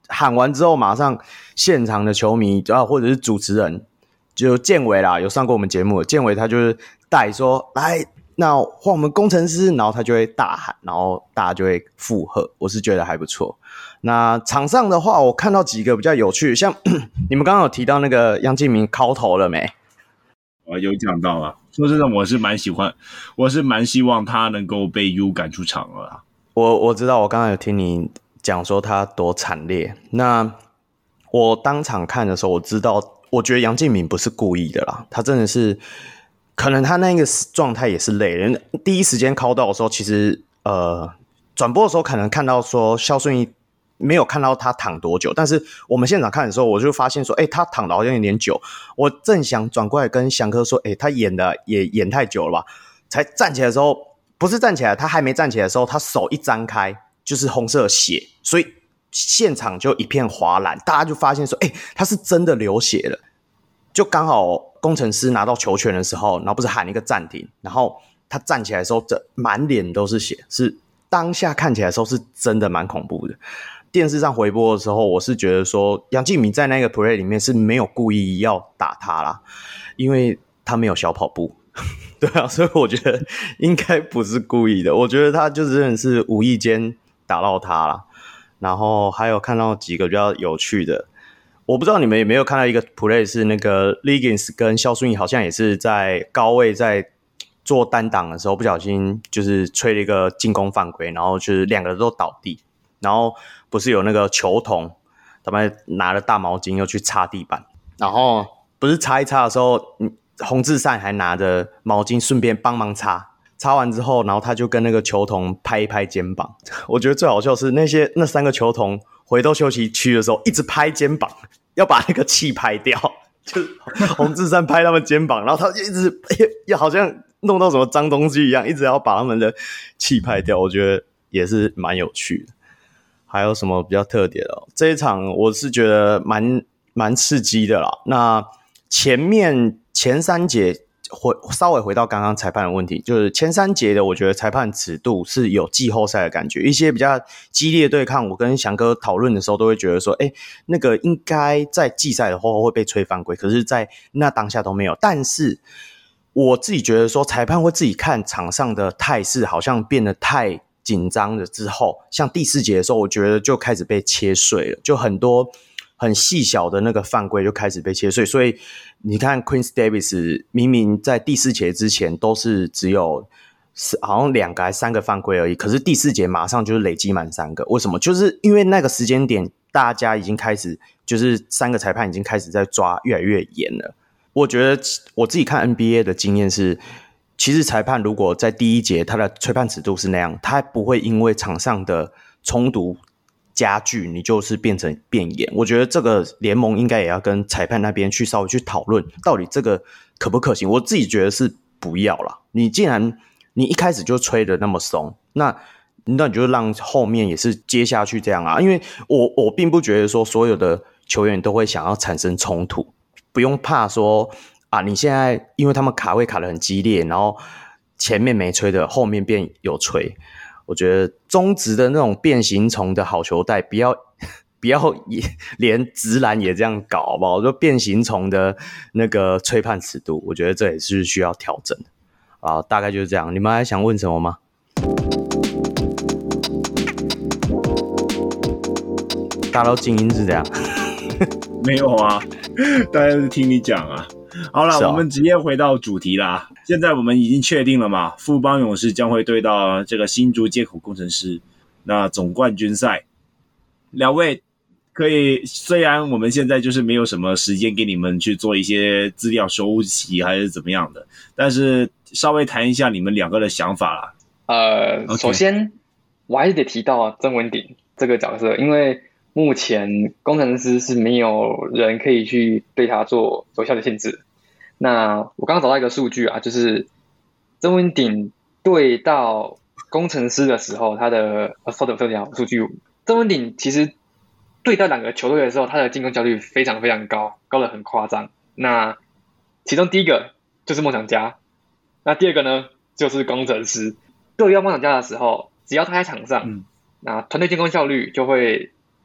喊完之后，马上现场的球迷啊，或者是主持人，就建伟啦，有上过我们节目的，建伟他就是带说来，那换我们工程师，然后他就会大喊，然后大家就会附和，我是觉得还不错。那场上的话，我看到几个比较有趣，像你们刚刚有提到那个杨敬明敲头了没？ 我有讲到啊，说真的，我是蛮喜欢，我是蛮希望他能够被 U 赶出场了啦。 我我知道，我刚刚有听你讲说他多惨烈。那我当场看的时候，我知道，我觉得杨敬敏不是故意的啦，他真的是，可能他那个状态也是累人。第一时间call到的时候，其实呃，转播的时候可能看到说肖顺义没有看到他躺多久，但是我们现场看的时候，我就发现说，哎、欸，他躺的好像有点久。我正想转过来跟翔哥说，哎、欸，他演的也演太久了吧？才站起来的时候，不是站起来，他还没站起来的时候，他手一张开就是红色的血，所以现场就一片哗然，大家就发现说，哎、欸，他是真的流血了。就刚好工程师拿到球权的时候，然后不是喊一个暂停，然后他站起来的时候，这满脸都是血，是当下看起来的时候是真的蛮恐怖的。电视上回播的时候，我是觉得说杨敬敏在那个 play 里面是没有故意要打他啦，因为他没有小跑步，对啊，所以我觉得应该不是故意的。我觉得他就真的是无意间打到他啦。然后还有看到几个比较有趣的，我不知道你们有没有看到一个 play 是那个 Liggins 跟肖顺义好像也是在高位在做单挡的时候不小心就是吹了一个进攻犯规，然后就是两个人都倒地。然后不是有那个球童，他们拿了大毛巾又去擦地板，然后不是擦一擦的时候，洪志善还拿着毛巾顺便帮忙擦，擦完之后，然后他就跟那个球童拍一拍肩膀。我觉得最好笑是那些那三个球童回到休息区的时候，一直拍肩膀，要把那个气拍掉。就是洪志善拍他们肩膀，然后他就一直要好像弄到什么脏东西一样，一直要把他们的气拍掉。我觉得也是蛮有趣的。还有什么比较特点的、哦？这一场我是觉得蛮蛮刺激的啦。那前面前三节回稍微回到刚刚裁判的问题，就是前三节的，我觉得裁判尺度是有季后赛的感觉。一些比较激烈的对抗，我跟翔哥讨论的时候，都会觉得说，哎，那个应该在季赛的后会被吹犯规，可是，在那当下都没有。但是我自己觉得说，裁判会自己看场上的态势，好像变得太紧张了之后，像第四节的时候，我觉得就开始被切碎了，就很多很细小的那个犯规就开始被切碎。所以你看 Queen's Davis 明明在第四节之前都是只有好像两个还三个犯规而已，可是第四节马上就是累积满三个。为什么？就是因为那个时间点大家已经开始，就是三个裁判已经开始在抓越来越严了。我觉得我自己看 N B A 的经验是，其实裁判如果在第一节他的吹判尺度是那样，他不会因为场上的冲突加剧，你就是变成变严。我觉得这个联盟应该也要跟裁判那边去稍微去讨论，到底这个可不可行。我自己觉得是不要啦。你既然你一开始就吹得那么松，那那你就让后面也是接下去这样啊。因为我我并不觉得说所有的球员都会想要产生冲突，不用怕说啊，你现在因为他们卡位卡得很激烈，然后前面没吹的，后面变有吹。我觉得中职的那种变形虫的好球带，不要不要也连直男也这样搞，好不好？就变形虫的那个吹判尺度，我觉得这也是需要调整的啊。大概就是这样。你们还想问什么吗？大家都静音是这样？ 没有啊，大家是听你讲啊。好啦、哦、我们直接回到主题啦。现在我们已经确定了嘛，富邦勇士将会对到这个新竹街口工程师，那总冠军赛。两位可以，虽然我们现在就是没有什么时间给你们去做一些资料收集还是怎么样的，但是稍微谈一下你们两个的想法啦。 呃， okay. 首先我还是得提到曾文鼎这个角色，因为目前工程师是没有人可以去对他做有效的限制。那我刚刚找到一个数据啊，就是曾文鼎对到工程师的时候，他的呃，稍等稍等，数据，曾文鼎其实对到两个球队的时候，他的进攻效率非常非常高，高得很夸张。那其中第一个就是梦想家，那第二个呢就是工程师。对到梦想家的时候，只要他在场上，嗯、那团队进攻效率就会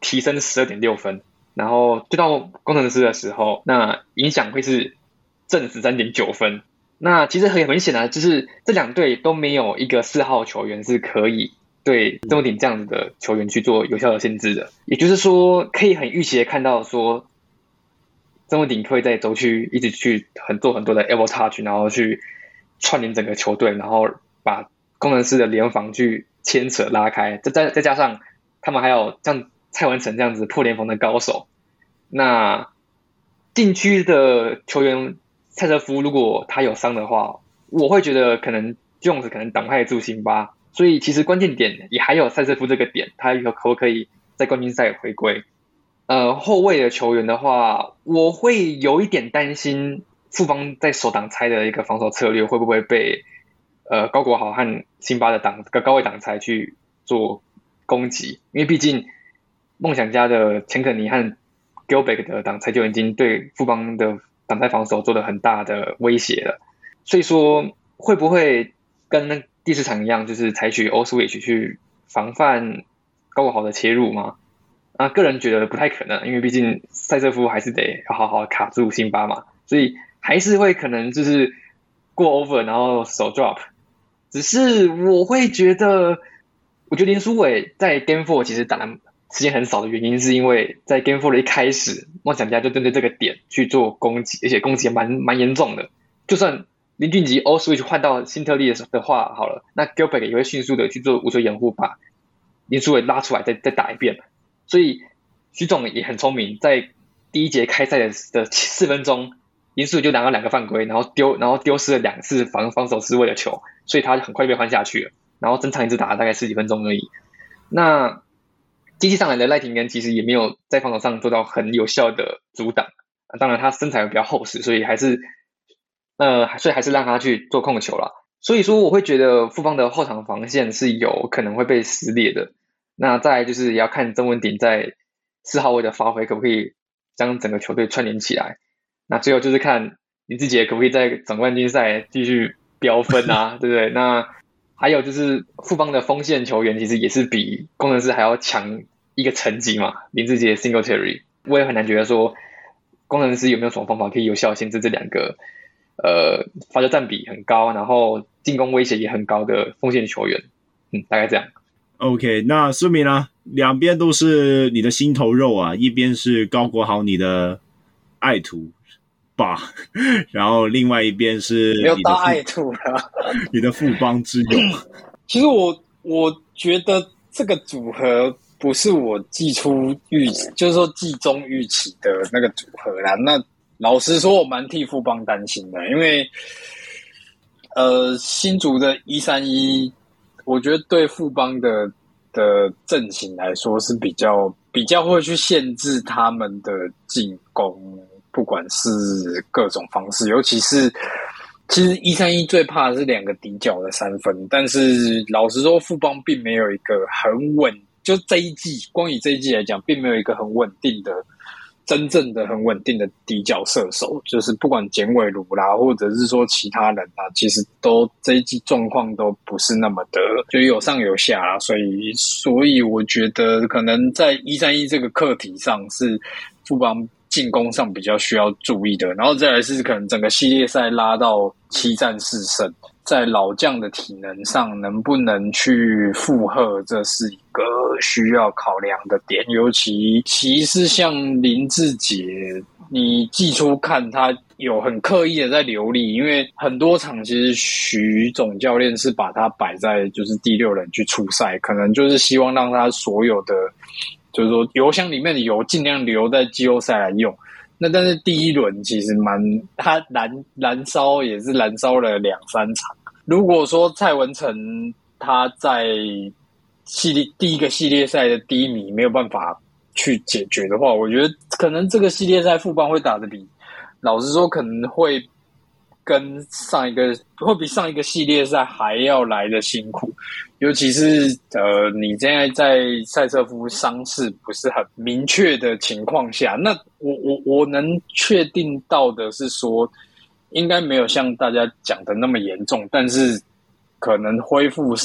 提升 十二点六 分，然后对到工程师的时候，那影响会是正 十三点九 分。那其实很明显啊，就是这两队都没有一个四号球员是可以对曾文鼎这样子的球员去做有效的限制的。也就是说，可以很预期的看到说，曾文鼎会在轴区一直去很做很多的 elbow touch， 然后去串联整个球队，然后把工程师的联防去牵扯拉开。再再加上他们还有像蔡文成这样子破联防的高手，那禁区的球员蔡瑟夫如果他有伤的话，我会觉得可能 Jones 可能挡不太住辛巴，所以其实关键点也还有蔡瑟夫这个点，他可不可以在冠军赛回归。呃，后卫的球员的话，我会有一点担心富邦在守挡拆的一个防守策略会不会被呃高国豪和辛巴的挡高位挡拆去做攻击，因为毕竟梦想家的钱肯尼和 Gilbert 的挡拆就已经对富邦的挡拆防守做了很大的威胁了，所以说会不会跟第四场一样，就是采取 O switch 去防范高国豪的切入吗？啊，个人觉得不太可能，因为毕竟塞瑟夫还是得要好好卡住辛巴嘛，所以还是会可能就是过 over 然后手 drop。只是我会觉得，我觉得林书伟在 Game 四 其实打的时间很少的原因，是因为在 Game 四 的一开始，梦想家就针对这个点去做攻击，而且攻击也蛮蛮严重的。就算林俊杰 O switch 换到辛特利的话，好了，那 Gilbert 也会迅速的去做无球掩护，把林书伟拉出来再再打一遍。所以徐总也很聪明，在第一节开赛的的四分钟，林书伟就拿到两个犯规，然后丢然后丢失了两次防防守失位的球，所以他很快就被换下去了。然后整场一直打了大概十几分钟而已。那机器上来的赖廷恩其实也没有在防守上做到很有效的阻挡，当然他身材比较厚实，所以还是呃，所以还是让他去做控球啦。所以说我会觉得富邦的后场防线是有可能会被撕裂的。那再来就是也要看曾文鼎在四号位的发挥可不可以将整个球队串联起来。那最后就是看林志杰可不可以在总冠军赛继续飙分啊，对不对？那还有就是富邦的锋线球员其实也是比工程师还要强一个层级嘛，林志杰 Singletary， 我也很难觉得说工程师有没有什么方法可以有效限制这两个呃罚球占比很高，然后进攻威胁也很高的锋线球员。嗯，大概这样。 OK， 那苏明呢？两边都是你的心头肉啊，一边是高国豪你的爱徒吧，然后另外一边是没有到爱徒了， 你的富邦之友。 其实我我觉得这个组合不是我季初预期，就是说季中预期的那个组合啦。那老实说，我蛮替富邦担心的，因为呃新竹的一三一。我觉得对富邦的的阵型来说是比较比较会去限制他们的进攻，不管是各种方式，尤其是其实一三一最怕的是两个底角的三分，但是老实说，富邦并没有一个很稳，就这一季光以这一季来讲，并没有一个很稳定的。真正的很稳定的底角射手，就是不管简伟儒啦，或者是说其他人啊，其实都这一季状况都不是那么的，就有上有下啦。所以，所以我觉得可能在一三一这个课题上是富邦进攻上比较需要注意的。然后再来是可能整个系列赛拉到七战四胜，在老将的体能上能不能去负荷，这是一个需要考量的点。尤其其实像林志杰，你季初看他有很刻意的在流力，因为很多场其实徐总教练是把他摆在就是第六人去出赛，可能就是希望让他所有的就是说油箱里面的油尽量留在季后赛来用。那但是第一轮其实蛮他燃燃烧也是燃烧了两三场。如果说蔡文成他在系列第一个系列赛的低迷没有办法去解决的话，我觉得可能这个系列赛富邦会打得比老实说可能会跟上一个会比上一个系列赛还要来的辛苦，尤其是呃你现在在塞瑟夫伤势不是很明确的情况下，那我我我能确定到的是说，应该没有像大家讲的那么严重，但是可能恢复上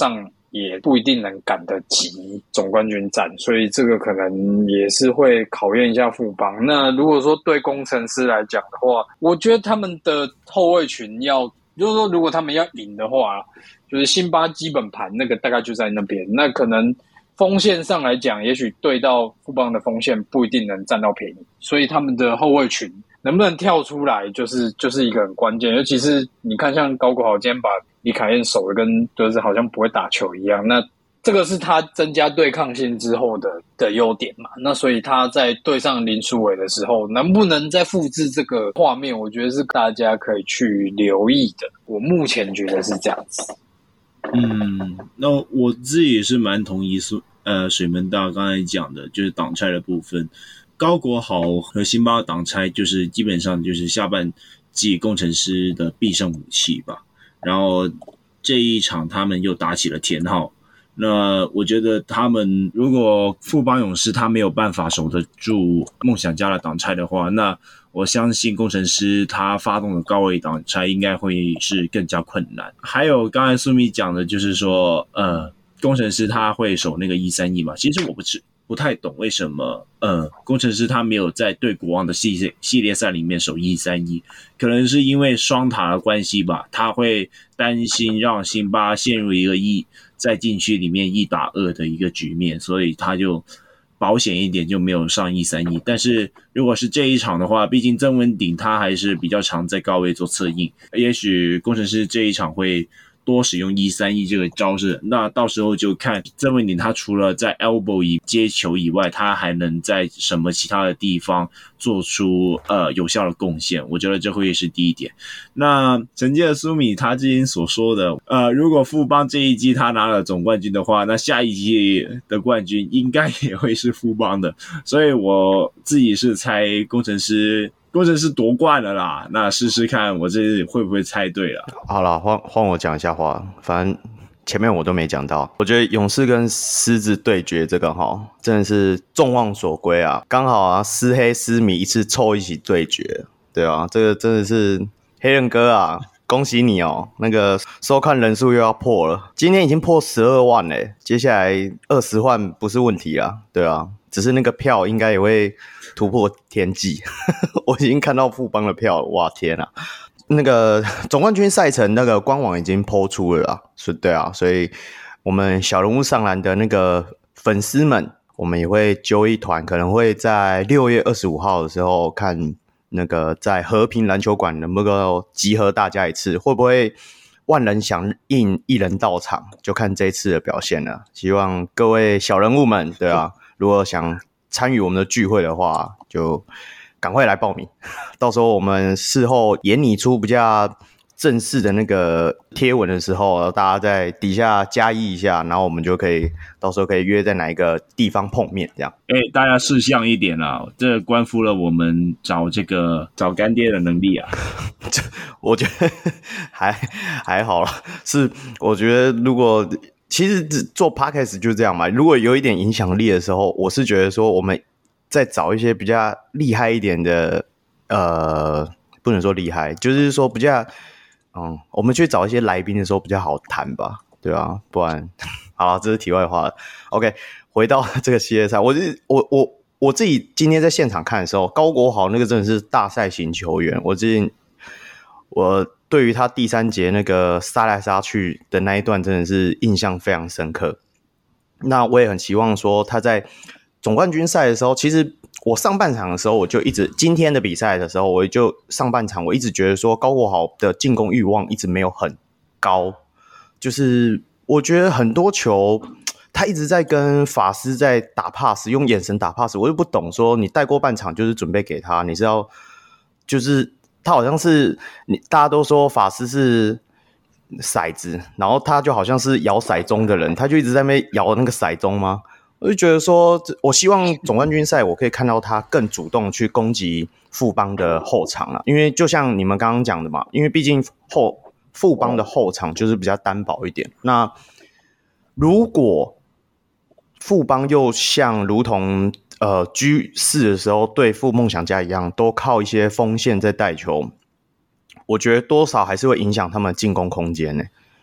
也不一定能赶得及总冠军战，所以这个可能也是会考验一下富邦。那如果说对工程师来讲的话，我觉得他们的后卫群要，就是说如果他们要赢的话，就是辛巴基本盘那个大概就在那边，那可能锋线上来讲，也许对到富邦的锋线不一定能占到便宜，所以他们的后卫群能不能跳出来，就是就是一个很关键。尤其是你看，像高国豪今天把李凯燕守的跟就是好像不会打球一样，那这个是他增加对抗性之后的的优点嘛。那所以他在对上林书伟的时候，能不能再复制这个画面，我觉得是大家可以去留意的。我目前觉得是这样子。 嗯，那我自己也是蛮同意呃水门大刚才讲的，就是挡拆的部分。高国豪和辛巴的挡拆就是基本上就是下半季工程师的必胜武器吧。然后这一场他们又打起了田浩，那我觉得他们如果富邦勇士他没有办法守得住梦想家的挡拆的话，那我相信工程师他发动的高位挡拆应该会是更加困难。还有刚才苏米讲的就是说呃，工程师他会守那个一三一嘛，其实我不是不太懂为什么呃工程师他没有在对国王的系列系列赛里面守一三一，可能是因为双塔的关系吧，他会担心让辛巴陷入一个一在禁区里面一打二的一个局面，所以他就保险一点就没有上一三一。但是如果是这一场的话，毕竟曾文鼎他还是比较常在高位做策应，也许工程师这一场会多使用一三一这个招式，那到时候就看曾文鼎他除了在 elbow 以接球以外，他还能在什么其他的地方做出呃有效的贡献，我觉得这会是第一点。那承接了苏米他之前所说的呃，如果富邦这一季他拿了总冠军的话，那下一季的冠军应该也会是富邦的，所以我自己是猜工程师工程师夺冠了啦，那试试看我这会不会猜对了。 好啦，换换我讲一下话，反正前面我都没讲到。我觉得勇士跟狮子对决这个齁，真的是众望所归啊！刚好啊，狮黑狮迷一次凑一起对决，对啊，这个真的是黑人哥啊，恭喜你哦！那个收看人数又要破了，今天已经破十二万嘞，接下来二十万不是问题啦，对啊，只是那个票应该也会突破天际。我已经看到富邦的票，哇天啊！那个总冠军赛程那个官网已经 po 出了啦，是，对啊，所以我们小人物上篮的那个粉丝们，我们也会揪一团，可能会在六月二十五号的时候看那个在和平篮球馆能不能集合大家一次，会不会万人响应一人到场，就看这一次的表现了。希望各位小人物们，对啊，如果想参与我们的聚会的话，就赶快来报名，到时候我们事后演拟出比较正式的那个贴文的时候，大家在底下加一一下，然后我们就可以到时候可以约在哪一个地方碰面，这样。 哎、欸，大家识相一点啦，这关乎了我们找这个找干爹的能力啊。 我觉得还还好啦，是我觉得如果其实做 podcast 就这样嘛，如果有一点影响力的时候，我是觉得说我们再找一些比较厉害一点的，呃，不能说厉害，就是说比较，嗯，我们去找一些来宾的时候比较好谈吧，对啊，不然，好啦，这是题外话了。OK， 回到这个系列赛，我我我我自己今天在现场看的时候，高国豪那个真的是大赛型球员，我之前我对于他第三节那个杀来杀去的那一段真的是印象非常深刻。那我也很期望说他在总冠军赛的时候，其实我上半场的时候我就一直，今天的比赛的时候我就上半场我一直觉得说高国豪的进攻欲望一直没有很高，就是我觉得很多球他一直在跟法师在打 pass， 用眼神打 pass， 我就不懂说你带过半场就是准备给他，你是要就是他好像是你大家都说法师是骰子，然后他就好像是摇骰盅的人，他就一直在那边摇那个骰盅吗？我就觉得说，我希望总冠军赛我可以看到他更主动去攻击富邦的后场啊，因为就像你们刚刚讲的嘛，因为毕竟后富邦的后场就是比较单薄一点。那如果富邦又像如同呃 G 四 的时候对付梦想家一样，都靠一些锋线在带球，我觉得多少还是会影响他们进攻空间呢。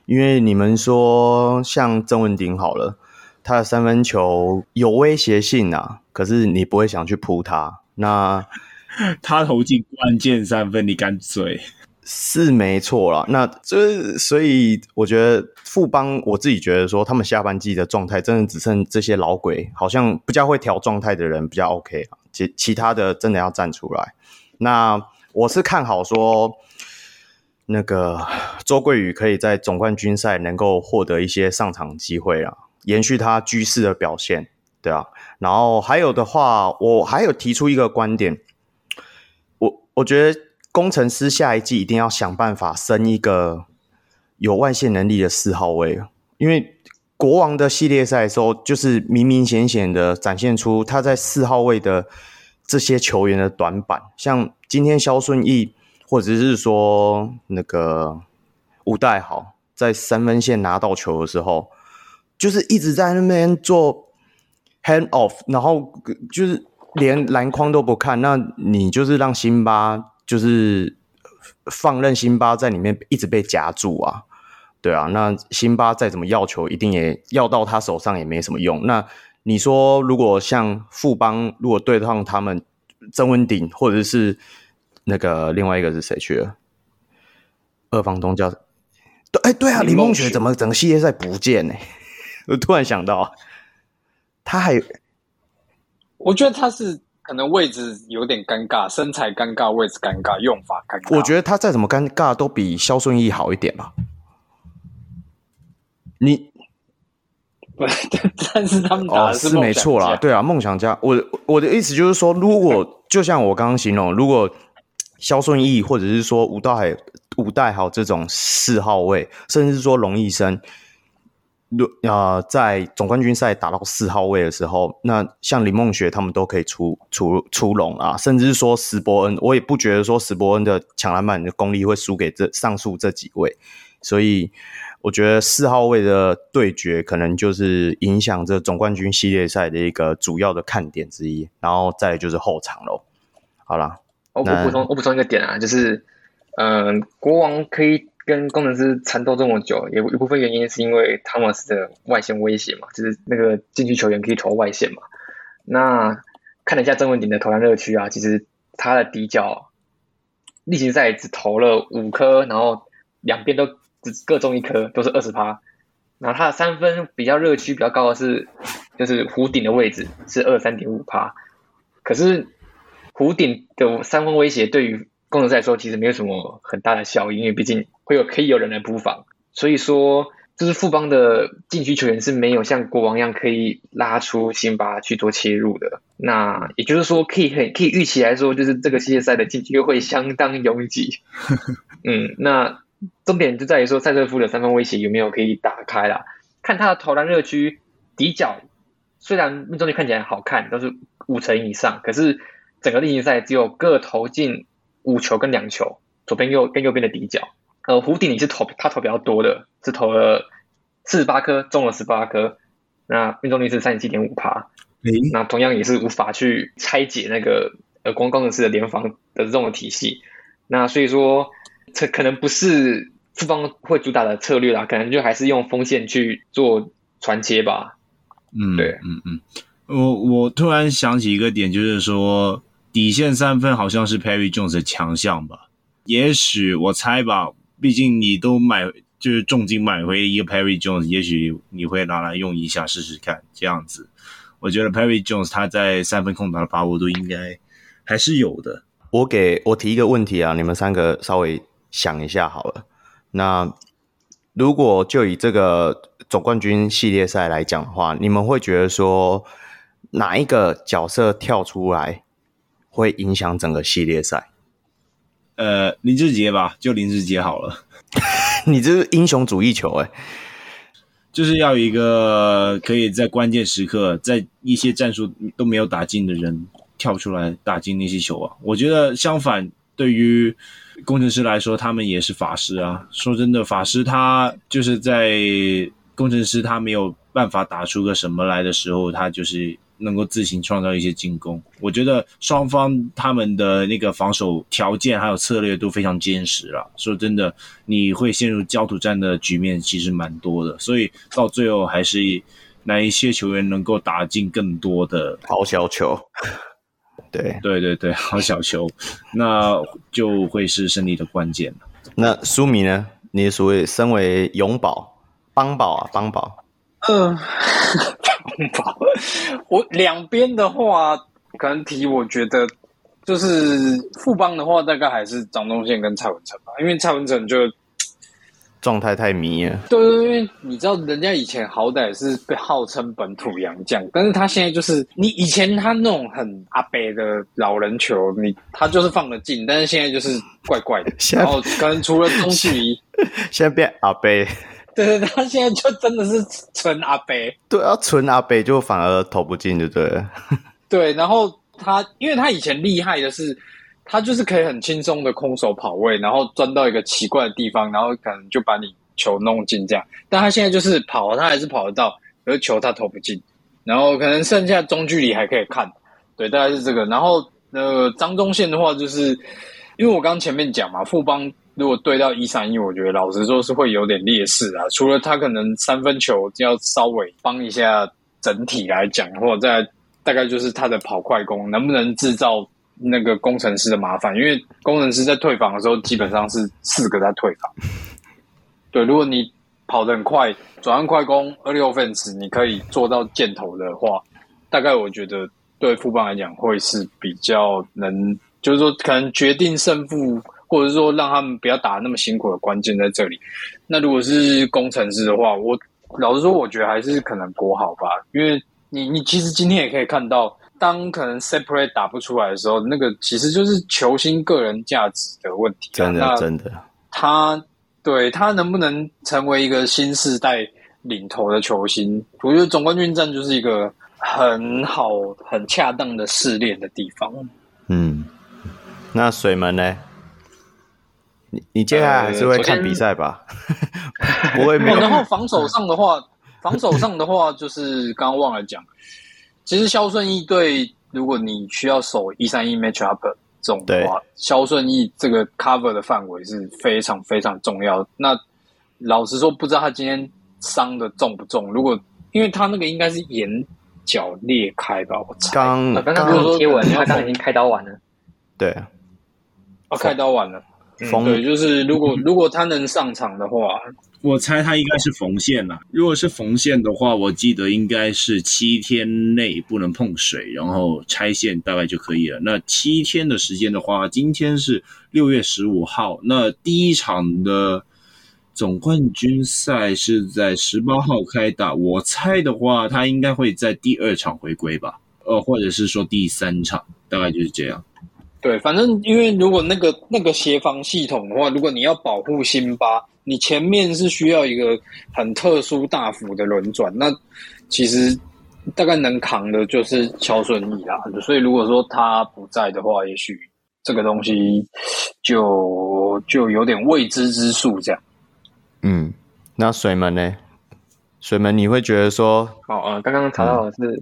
因为你们说像郑文鼎好了，他的三分球有威胁性啊，可是你不会想去扑他。那他投进关键三分，你敢嘴？ 是没错啦。那这所以我觉得富邦，我自己觉得说他们下半季的状态真的只剩这些老鬼，好像比较会调状态的人比较 OK 啊，其其他的真的要站出来。那我是看好说那个周桂宇可以在总冠军赛能够获得一些上场机会啦，延续他居士的表现，对啊。然后还有的话，我还有提出一个观点，我我觉得工程师下一季一定要想办法升一个有外线能力的四号位，因为国王的系列赛的时候，就是明明显显的展现出他在四号位的这些球员的短板，像今天萧顺义或者是说那个吴代豪在三分线拿到球的时候，就是一直在那边做 hand off， 然后就是连篮筐都不看，那你就是让辛巴就是放任辛巴在里面一直被夹住啊，对啊，那辛巴再怎么要球，一定也要到他手上也没什么用。那你说，如果像富邦，如果对上他们曾文鼎，或者是那个另外一个是谁去了？二房东叫对，哎，对啊，林梦雪怎么整个系列赛不见呢、欸？我突然想到，他还， 我觉得他是可能位置有点尴尬，身材尴尬，位置尴尬，用法尴尬。 我觉得他再怎么尴尬，都比萧顺义好一点吧。你。 但是他们打的是、 哦、是没错啦，对啊，梦想家。我我的意思就是说，如果就像我刚刚形容，如果萧顺义或者是说吴代海、吴代豪这种四号位，甚至是说龙毅生，呃，在总冠军赛打到四号位的时候，那像林梦雪他们都可以出出出笼啊，甚至是说石伯恩，我也不觉得说石伯恩的抢篮板的功力会输给这上述这几位，所以。我觉得四号位的对决可能就是影响这总冠军系列赛的一个主要的看点之一，然后再来就是后场咯。好啦， 我补充我补充一个点啊，就是嗯、呃，国王可以跟工程师缠斗这么久，有一部分原因是因为汤马斯的外线威胁嘛，就是那个禁区球员可以投外线嘛。那看了一下曾文鼎的投篮热区啊，其实他的底角例行赛只投了五颗，然后两边都。各中一颗都是 百分之二十， 然后他的三分比较热区比较高的是就是弧顶的位置是 二十三点五， 可是弧顶的三分威胁对于工程师来说其实没有什么很大的效益，因为毕竟会有可以有人来补防，所以说就是富邦的禁区球员是没有像国王一样可以拉出辛巴去做切入的，那也就是说可以很可以预期来说就是这个系列赛的禁区会相当拥挤嗯，那重点就在于说塞瑟夫的三分威胁有没有可以打开啦，看他的投篮热区底角虽然命中率看起来好看都是五成以上，可是整个例行赛只有各投进五球跟两球，左边右跟右边的底角，呃，弧顶你是投他投比较多的，是投了四十八颗中了十八颗，那命中率是 三十七点五， 那同样也是无法去拆解那个呃国王工程师的联防的这种体系，那所以说这可能不是富邦会主打的策略啦，可能就还是用锋线去做传接吧。 嗯， 对， 嗯嗯，我我突然想起一个点，就是说底线三分好像是 Perry Jones 的强项吧？也许我猜吧，毕竟你都买就是重金买回一个 Perry Jones， 也许你会拿来用一下试试看，这样子。我觉得 Perry Jones 他在三分空档的把握度应该还是有的。 我给我提一个问题啊，你们三个稍微想一下好了。那如果就以这个总冠军系列赛来讲的话，你们会觉得说哪一个角色跳出来会影响整个系列赛？ 呃，林志杰吧，就林志杰好了。 你这是英雄主义球哎、欸， 就是要有一个可以在关键时刻，在一些战术都没有打进的人跳出来打进那些球啊。我觉得相反，对于工程师来说，他们也是法师啊。说真的，法师他就是在工程师他没有办法打出个什么来的时候，他就是能够自行创造一些进攻。我觉得双方他们的那个防守条件还有策略都非常坚实啦。说真的，你会陷入焦土战的局面其实蛮多的，所以到最后还是哪一些球员能够打进更多的好小球。对对对对，好小球，那就会是胜利的关键了。 那苏米呢？你所谓身为永保、邦保啊，邦保。 嗯，邦保，我两边的话，可能提我觉得就是富邦的话，大概还是张宗宪跟蔡文成吧，因为蔡文成就状态太迷了。 对对对，因为你知道人家以前好歹是被号称本土洋将，但是他现在就是你以前他那种很阿北的老人球，你他就是放得进，但是现在就是怪怪的，然后可能除了中距离， 现在变阿北。 对对对，他现在就真的是纯阿北。 对啊，纯阿北就反而投不进，就对了。 对，然后他因为他以前厉害的是。他就是可以很轻松的空手跑位，然后钻到一个奇怪的地方，然后可能就把你球弄进这样。但他现在就是跑，他还是跑得到，可是球他投不进。然后可能剩下中距离还可以看，对，大概是这个。然后呃，张宗宪的话，就是因为我刚刚前面讲嘛，富邦如果对到一三一，我觉得老实说是会有点劣势啊。除了他可能三分球要稍微帮一下整体来讲，或者再大概就是他的跑快攻能不能制造。那个工程师的麻烦，因为工程师在退防的时候，基本上是四个在退防。对，如果你跑得很快，转换快攻 early offense 你可以做到箭头的话，大概我觉得对富邦来讲会是比较能，就是说可能决定胜负，或者是说让他们不要打那么辛苦的关键在这里。那如果是工程师的话，我老实说，我觉得还是可能国豪吧，因为你你其实今天也可以看到。当可能 separate 打不出来的时候，那个其实就是球星个人价值的问题、啊。 真的，真的。 他对他能不能成为一个新世代领头的球星？我觉得总冠军战就是一个很好、很恰当的试炼的地方。 嗯，那水门呢？你你接下来还是会看比赛吧？呃、不会没有。 然后防守上的话，防守上的话，就是刚刚忘了讲。其实肖顺义队，如果你需要守一三一 match up 这种的话，肖顺义这个 cover 的范围是非常非常重要。那老实说，不知道他今天伤的重不重？如果因为他那个应该是眼角裂开吧，我猜。 刚刚刚贴文，他刚刚已经开刀完了。 对， 哦，开刀完了。嗯、对，就是如果如果他能上场的话。 我猜他应该是缝线啦。如果是缝线的话，我记得应该是七天内不能碰水，然后拆线大概就可以了。那七天的时间的话，今天是六月十五号，那第一场的总冠军赛是在十八号开打。我猜的话，他应该会在第二场回归吧，呃，或者是说第三场，大概就是这样。 对，反正因为如果那个那个协防系统的话，如果你要保护辛巴，你前面是需要一个很特殊大幅的轮转，那其实大概能扛的就是肖顺义啦。所以如果说他不在的话，也许这个东西就就有点未知之数这样。 嗯，那水门呢？水门你会觉得说， 好呃，刚刚查到的是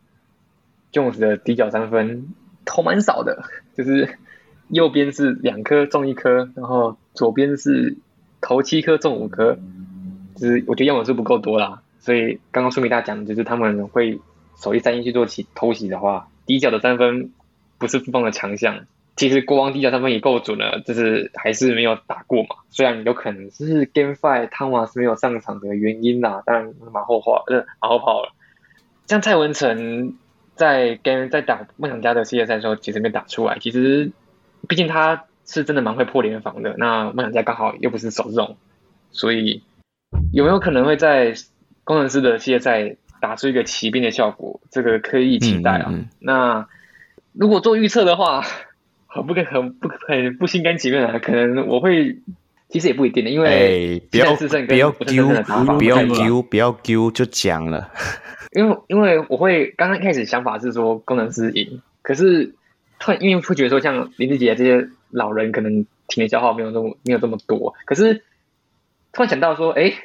Jones 的底角三分投蛮少的。就是右边是两颗中一颗，然后左边是投七颗中五颗，就是我觉得样本数不够多啦，所以刚刚苏米大讲的就是他们会守一三一去做起偷袭的话，底角的三分不是富邦的强项。其实国王底角三分也够准了，就是还是没有打过嘛。虽然有可能是 Game Five 汤马斯没有上场的原因啦，当然马后炮，呃，马后炮了。像蔡文成。在跟在打梦想家的系列赛的时候，其实没打出来。其实，毕竟他是真的蛮会破联防的。那梦想家刚好又不是手这种，所以有没有可能会在工程师的系列赛打出一个骑兵的效果？这个可以期待啊。嗯嗯嗯那如果做预测的话，很不很不很不心甘情愿啊。可能我会，其实也不一定的，因为不要不要丢不要丢不要丢就讲了。 因为因为我会刚刚一开始想法是说工程师赢，可是突然因为会觉得说像林志杰这些老人可能体力消耗没有这么没有这么多，可是突然想到说，哎，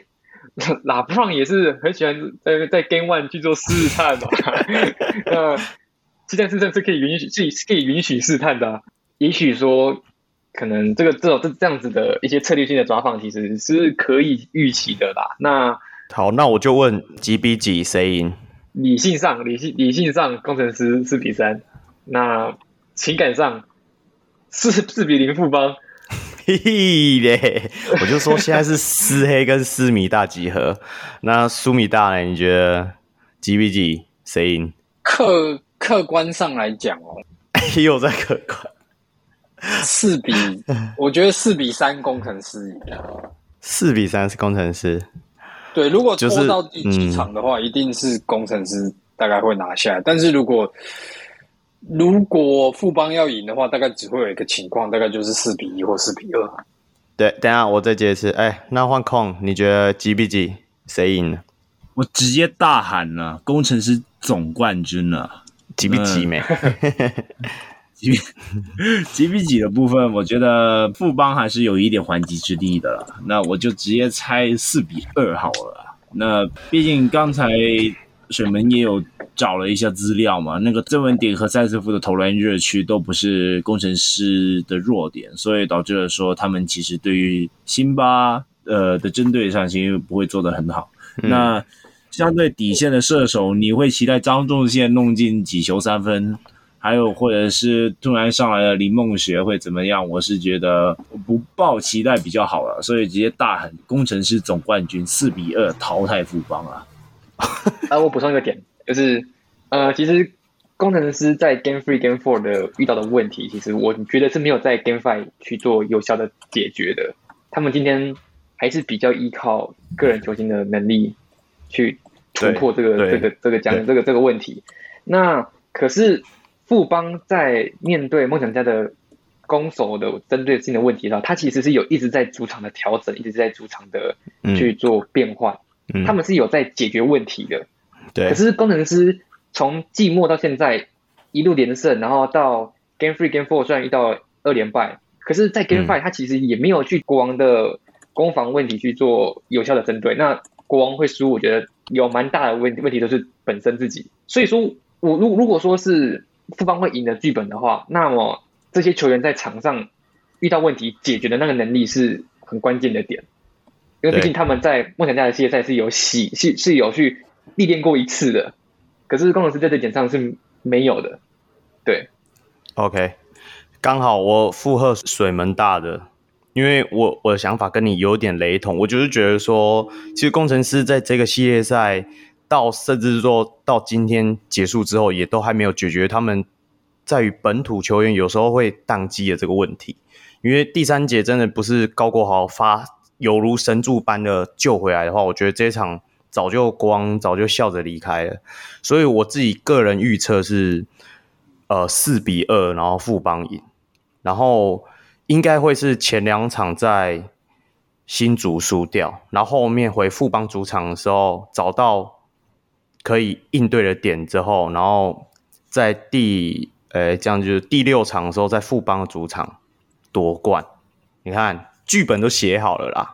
拉布朗也是很喜欢在在 Game One 去做试探嘛。那鸡蛋试探是可以允许是是可以允许试探的、啊，也许说可能这个这种这这样子的一些策略性的抓放其实是可以预期的啦。那好，那我就问几比几谁赢？ 理性上理性理性上工程师四比三，那情感上四四比零富邦。 嘿嘞，我就说现在是私黑跟私迷大集合。那苏米大呢？你觉得几比几谁赢？ 客客观上来讲哦， 又在客观四比，我觉得四比三工程师赢。 四比三是工程师。 对，如果就是拖到第几场的话，嗯、一定是工程师大概会拿下。但是如果如果富邦要赢的话，大概只会有一个情况，大概就是四比一或四比二。 对，等一下我再解释。哎，那换空，你觉得几比几谁赢呢？ 我直接大喊了、啊，工程师总冠军了、啊， 几比几没？ 几比几比几的部分，我觉得富邦还是有一点还击之力的啦。那我就直接猜四比二好了啦。那毕竟刚才水门也有找了一下资料嘛，那个曾文鼎和塞斯夫的投篮热区都不是工程师的弱点，所以导致了说他们其实对于辛巴呃的针对上其实不会做得很好。嗯、那相对底线的射手，你会期待张仲宪弄进几球三分？还有或者是突然上来的林梦学会怎么样？我是觉得不抱期待比较好了，所以直接大喊工程师总冠军四比二淘汰富邦啊！ 啊，我补充一个点，就是呃，其实工程师在 Game Three、Game Four 的遇到的问题，其实我觉得是没有在 Game Five 去做有效的解决的。他们今天还是比较依靠个人球星的能力去突破这个这个这个讲这个这个问题。那可是富邦在面对梦想家的攻守的针对性的问题上，他其实是有一直在主场的调整，一直在主场的去做变换。嗯、他们是有在解决问题的。 对。 可是工程师从季末到现在一路连胜，然后到 Game Three、Game Four 虽然遇到二连败，可是，在 Game Five 他其实也没有去国王的攻防问题去做有效的针对。那国王会输，我觉得有蛮大的问题，问题都是本身自己。所以说，我如如果说是富邦会赢的剧本的话，那么这些球员在场上遇到问题解决的那个能力是很关键的点，因为毕竟他们在梦想家的系列赛是有洗是是有去历练过一次的，可是工程师在这点上是没有的。对 ，OK， 刚好我附和水门大的，因为我我的想法跟你有点雷同，我就是觉得说，其实工程师在这个系列赛到甚至说到今天结束之后，也都还没有解决他们在于本土球员有时候会宕机的这个问题。因为第三节真的不是高国豪发犹如神助般的救回来的话，我觉得这一场早就国王早就笑着离开了。所以我自己个人预测是呃四比二，然后富邦赢，然后应该会是前两场在新竹输掉，然后后面回富邦主场的时候找到可以应对的点之后，然后在第呃这样就是第六场的时候在富邦的主场夺冠。你看剧本都写好了啦。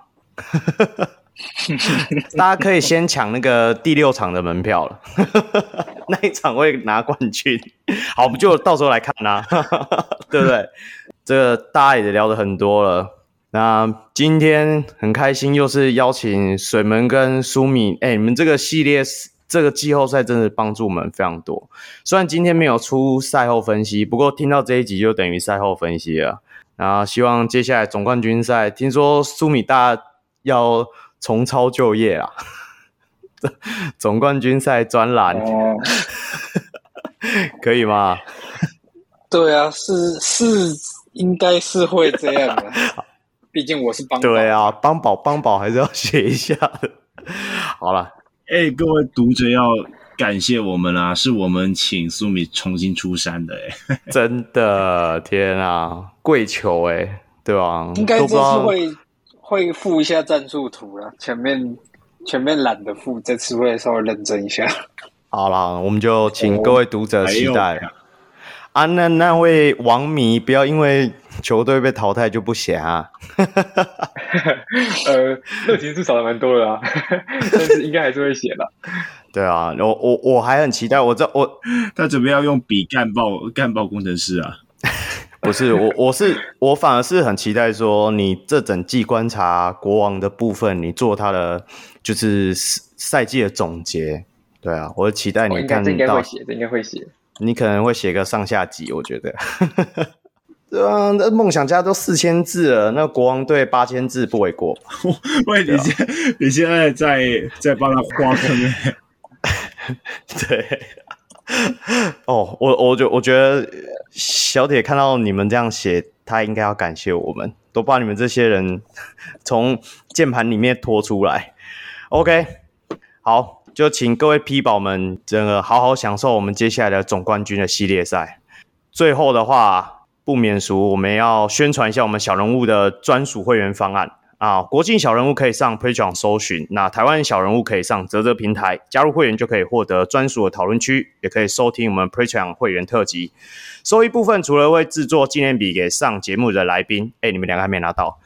大家可以先抢那个第六场的门票了。那一场会拿冠军。好，我们就到时候来看啦。对不对？这个大家也聊得很多了。那今天很开心又是邀请水门跟舒米，哎，你们这个系列这个季后赛真的帮助我们非常多。虽然今天没有出赛后分析，不过听到这一集就等于赛后分析了。然后希望接下来总冠军赛，听说舒米大要重操旧业啊。总冠军赛专栏、哦、可以吗？ 对啊，是是应该是会这样的。毕竟我是帮宝。 对啊，帮宝帮宝还是要写一下的。好了， 哎、欸，各位读者要感谢我们啊，是我们请苏米重新出山的、欸， 真的，天啊，跪求哎、欸，对吧？ 应该这次会会附一下战术图啦，前面前面懒得附，这次会稍微认真一下。 好啦，我们就请各位读者期待。哦啊，那那位王迷不要因为球队被淘汰就不写啊！ 呃，热情是少的蛮多的啊，但是应该还是会写的。 对啊，我我我还很期待，我这我他准备要用笔干爆干爆工程师啊。 不是我，我是我反而是很期待说，你这整季观察国王的部分，你做他的就是赛季的总结。对啊，我期待你看到， 这应该会写，这应该会写。你可能会写个上下集，我觉得。对啊，那梦想家都四千字了，那国王队八千字不为过吧？ 喂，你现、啊、你现在在在帮他挖坑欸？ 对。哦，我我觉我觉得小铁看到你们这样写，他应该要感谢我们，都把你们这些人从键盘里面拖出来。OK， 好，就请各位 P 宝们真的好好享受我们接下来的总冠军的系列赛。最后的话，不免俗，我们要宣传一下我们小人物的专属会员方案。啊，国际小人物可以上 Patreon 搜寻，那台湾小人物可以上嘖嘖平台加入会员，就可以获得专属的讨论区，也可以收听我们 Patreon 会员特辑。收益部分除了会制作纪念笔给上节目的来宾，哎，你们两个还没拿到，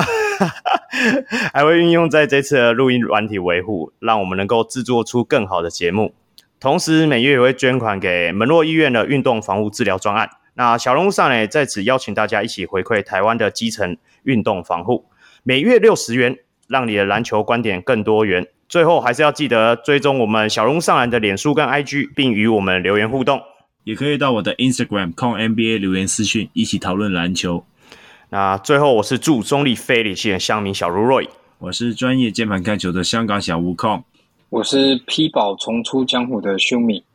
还会运用在这次的录音软体维护，让我们能够制作出更好的节目。同时每月也会捐款给门诺医院的运动防护治疗专案。那小人物上呢，在此邀请大家一起回馈台湾的基层运动防护。每月六十元，让你的篮球观点更多元。最后还是要记得追踪我们小人物上篮的脸书跟 I G， 并与我们留言互动。 也可以到我的 Instagram 空 N B A 留言私讯，一起讨论篮球。 那最后，我是驻中立非理性的乡民小如 Roy， 我是专业键盘看球的香港小吴控， 我是 P 宝重出江湖的修米。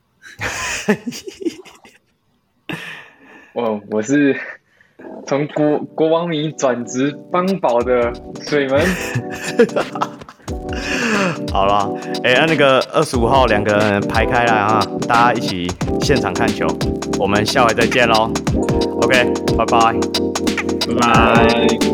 我我是。从国国王迷转职邦宝的水门。 好了，哎、欸，那个二十五号两个人排开来啊，大家一起现场看球。我们下回再见喽。OK， 拜拜， 拜拜。